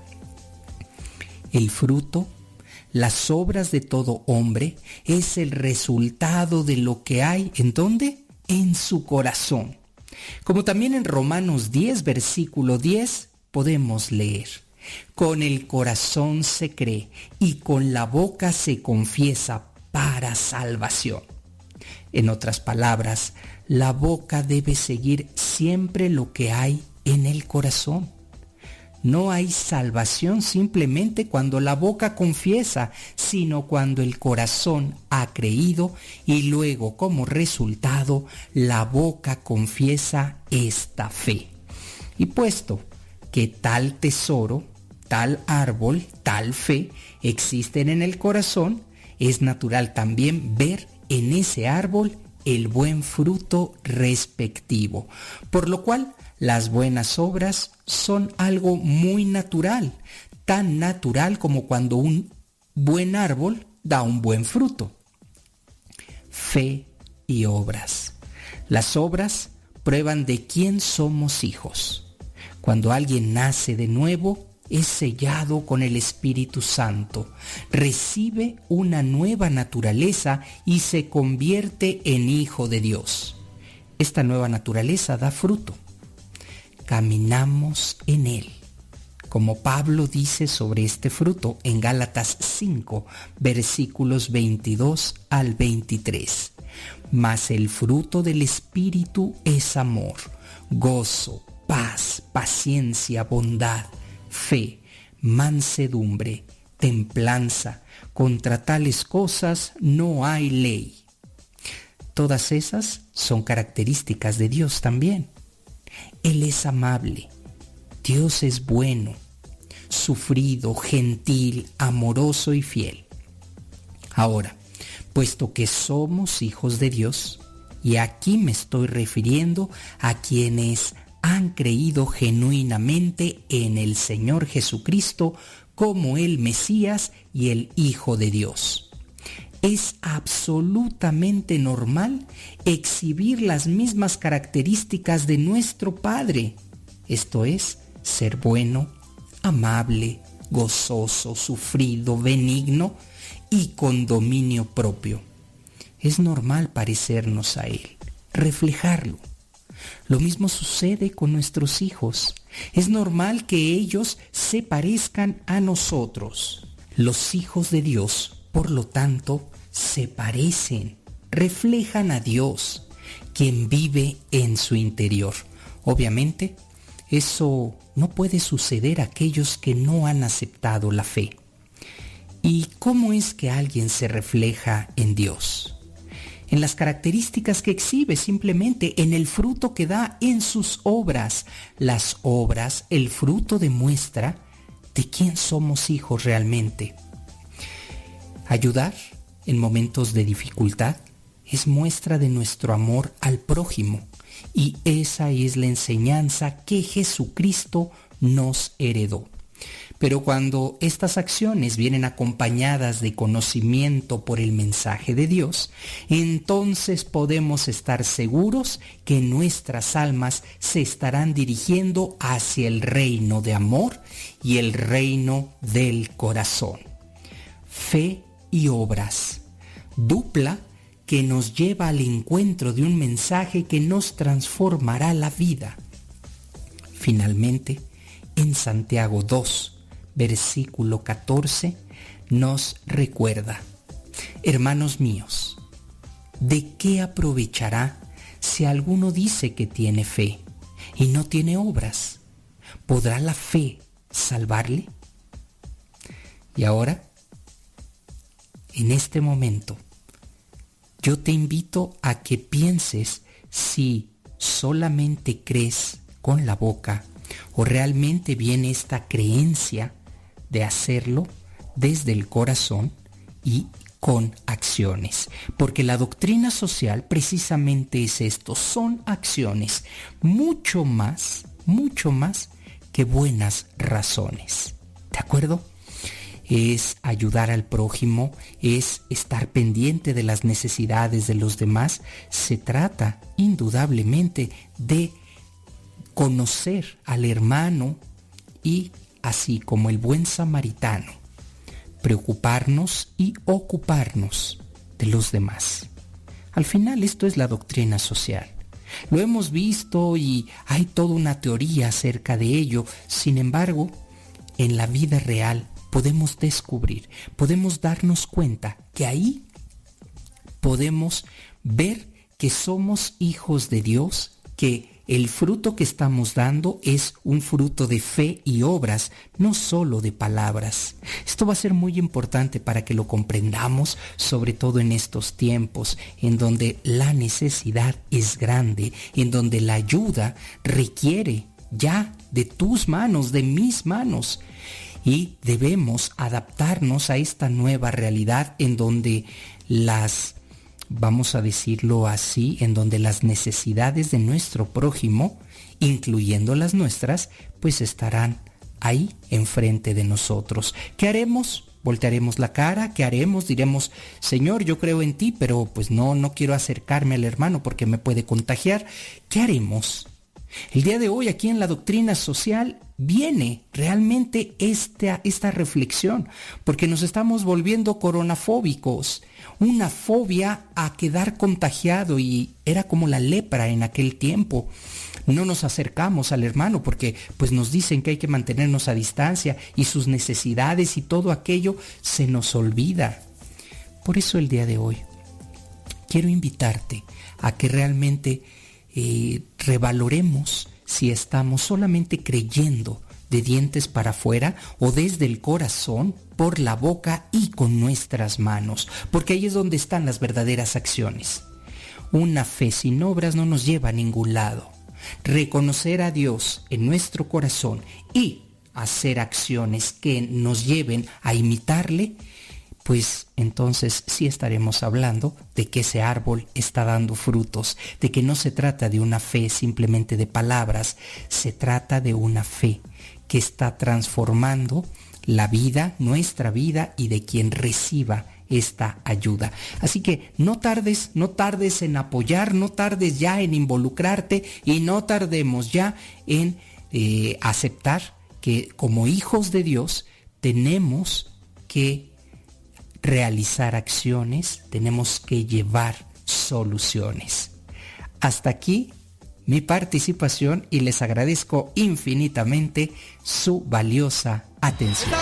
El fruto, las obras de todo hombre, es el resultado de lo que hay, ¿en dónde? En su corazón. Como también en Romanos diez, versículo diez, podemos leer: con el corazón se cree y con la boca se confiesa para salvación. En otras palabras, la boca debe seguir siempre lo que hay en el corazón. No hay salvación simplemente cuando la boca confiesa, sino cuando el corazón ha creído y luego, como resultado, la boca confiesa esta fe. Y puesto que tal tesoro, tal árbol, tal fe existen en el corazón, es natural también ver en ese árbol el buen fruto respectivo, por lo cual las buenas obras son algo muy natural, tan natural como cuando un buen árbol da un buen fruto. Fe y obras. Las obras prueban de quién somos hijos. Cuando alguien nace de nuevo, es sellado con el Espíritu Santo, recibe una nueva naturaleza y se convierte en hijo de Dios. Esta nueva naturaleza da fruto. Caminamos en él, como Pablo dice sobre este fruto en Gálatas cinco, versículos veintidós al veintitrés. Mas el fruto del Espíritu es amor, gozo, paz, paciencia, bondad, fe, mansedumbre, templanza. Contra tales cosas no hay ley. Todas esas son características de Dios también. Él es amable, Dios es bueno, sufrido, gentil, amoroso y fiel. Ahora, puesto que somos hijos de Dios, y aquí me estoy refiriendo a quienes han creído genuinamente en el Señor Jesucristo como el Mesías y el Hijo de Dios. Es absolutamente normal exhibir las mismas características de nuestro Padre, esto es, ser bueno, amable, gozoso, sufrido, benigno y con dominio propio. Es normal parecernos a Él, reflejarlo. Lo mismo sucede con nuestros hijos. Es normal que ellos se parezcan a nosotros. Los hijos de Dios, por lo tanto, se parecen, reflejan a Dios, quien vive en su interior. Obviamente, eso no puede suceder a aquellos que no han aceptado la fe. ¿Y cómo es que alguien se refleja en Dios? En las características que exhibe, simplemente en el fruto que da en sus obras. Las obras, el fruto demuestra de quién somos hijos realmente. Ayudar en momentos de dificultad es muestra de nuestro amor al prójimo, y esa es la enseñanza que Jesucristo nos heredó. Pero cuando estas acciones vienen acompañadas de conocimiento por el mensaje de Dios, entonces podemos estar seguros que nuestras almas se estarán dirigiendo hacia el reino de amor y el reino del corazón. Fe y obras. Dupla que nos lleva al encuentro de un mensaje que nos transformará la vida. Finalmente, en Santiago dos, versículo catorce, nos recuerda: hermanos míos, ¿de qué aprovechará si alguno dice que tiene fe y no tiene obras? ¿Podrá la fe salvarle? Y ahora, en este momento, yo te invito a que pienses si solamente crees con la boca o realmente viene esta creencia de hacerlo desde el corazón y con acciones. Porque la doctrina social precisamente es esto, son acciones, mucho más, mucho más que buenas razones. ¿De acuerdo? Es ayudar al prójimo, es estar pendiente de las necesidades de los demás. Se trata indudablemente de conocer al hermano y, así como el buen samaritano, preocuparnos y ocuparnos de los demás. Al final esto es la doctrina social. Lo hemos visto y hay toda una teoría acerca de ello. Sin embargo, en la vida real podemos descubrir, podemos darnos cuenta que ahí podemos ver que somos hijos de Dios, que el fruto que estamos dando es un fruto de fe y obras, no solo de palabras. Esto va a ser muy importante para que lo comprendamos, sobre todo en estos tiempos, en donde la necesidad es grande, en donde la ayuda requiere ya de tus manos, de mis manos. Y debemos adaptarnos a esta nueva realidad en donde las, vamos a decirlo así, en donde las necesidades de nuestro prójimo, incluyendo las nuestras, pues estarán ahí enfrente de nosotros. ¿Qué haremos? Voltearemos la cara. ¿Qué haremos? Diremos: Señor, yo creo en ti, pero pues no, no quiero acercarme al hermano porque me puede contagiar. ¿Qué haremos? El día de hoy, aquí en la doctrina social, viene realmente esta, esta reflexión, porque nos estamos volviendo coronafóbicos, una fobia a quedar contagiado, y era como la lepra en aquel tiempo. No nos acercamos al hermano porque pues nos dicen que hay que mantenernos a distancia y sus necesidades y todo aquello se nos olvida. Por eso el día de hoy quiero invitarte a que realmente Eh, revaloremos si estamos solamente creyendo de dientes para afuera o desde el corazón, por la boca y con nuestras manos, porque ahí es donde están las verdaderas acciones. Una fe sin obras no nos lleva a ningún lado. Reconocer a Dios en nuestro corazón y hacer acciones que nos lleven a imitarle, pues entonces sí estaremos hablando de que ese árbol está dando frutos, de que no se trata de una fe simplemente de palabras, se trata de una fe que está transformando la vida, nuestra vida, y de quien reciba esta ayuda. Así que no tardes, no tardes en apoyar, no tardes ya en involucrarte y no tardemos ya en eh, aceptar que como hijos de Dios tenemos que realizar acciones, tenemos que llevar soluciones. Hasta aquí mi participación y les agradezco infinitamente su valiosa atención.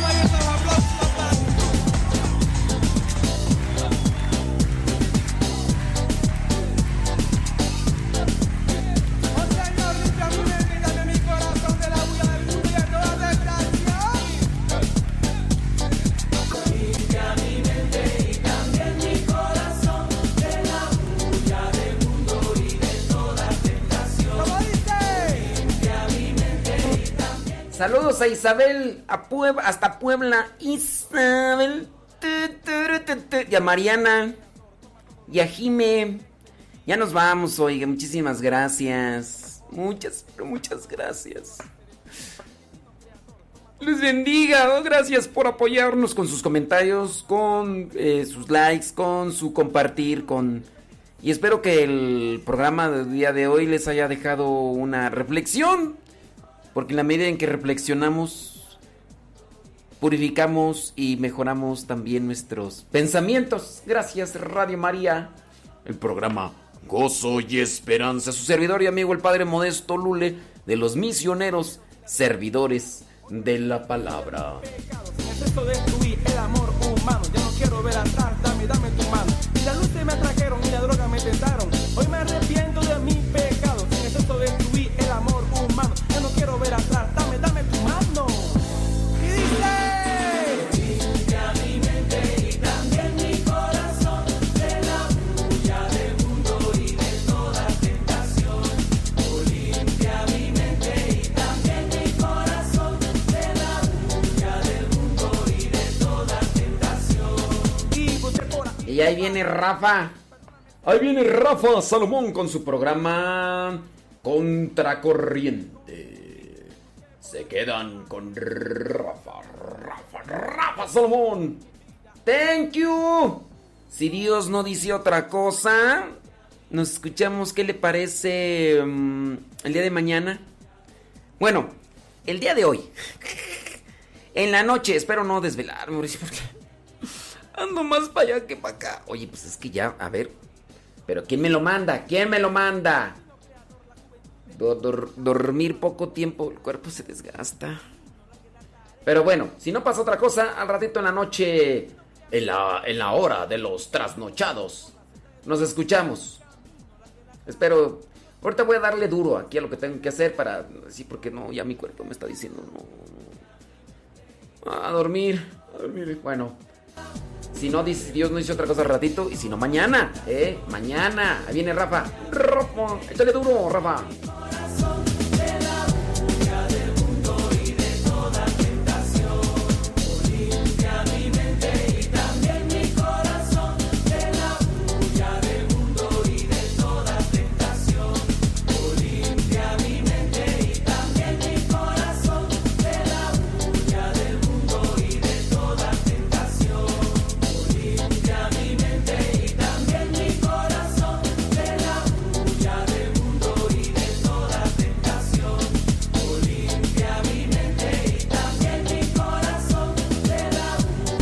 Saludos a Isabel, a Puebla, hasta Puebla. Isabel. Tu, tu, tu, tu, y a Mariana. Y a Jime. Ya nos vamos, oiga. Muchísimas gracias. Muchas, pero muchas gracias. Les bendiga. ¿No? Gracias por apoyarnos con sus comentarios, con eh, sus likes, con su compartir, con... Y espero que el programa del día de hoy les haya dejado una reflexión. Porque en la medida en que reflexionamos, purificamos y mejoramos también nuestros pensamientos. Gracias, Radio María. El programa Gozo y Esperanza. Su servidor y amigo el Padre Modesto Lule, de los misioneros servidores de la palabra. Necesito destruir el amor humano. Ya no quiero ver atrás, dame, dame tu mano. Y la luz me atrajeron y la droga me tentaron. Hoy me arrepiento de mis pecados. Necesito destruir el amor humano. Ya no quiero ver atrás, dame, dame tu mano. Y dice: limpia mi mente y también mi corazón de la bulla del mundo y de toda tentación. Oh, limpia mi mente y también mi corazón de la bulla del mundo y de toda tentación. Y, pues, por ahí... y ahí viene Rafa. Ahí viene Rafa Salomón con su programa Contracorriente. Se quedan con Rafa, Rafa, Rafa Salomón. Thank you. Si Dios no dice otra cosa, nos escuchamos. ¿Qué le parece um, el día de mañana? Bueno, el día de hoy. En la noche, espero no desvelarme, Mauricio, porque ando más para allá que para acá. Oye, pues es que ya, a ver. Pero ¿quién me lo manda? ¿Quién me lo manda? Dor- dor- dormir poco tiempo, el cuerpo se desgasta. Pero bueno, si no pasa otra cosa, al ratito en la noche, en la, en la hora de los trasnochados, nos escuchamos. Espero. Ahorita voy a darle duro aquí a lo que tengo que hacer para... Sí, porque no, ya mi cuerpo me está diciendo no, no. A dormir, a dormir. Bueno, si no dice, Dios no dice otra cosa al ratito, y si no mañana, eh, mañana. Ahí viene Rafa. Rafa, échale duro, Rafa.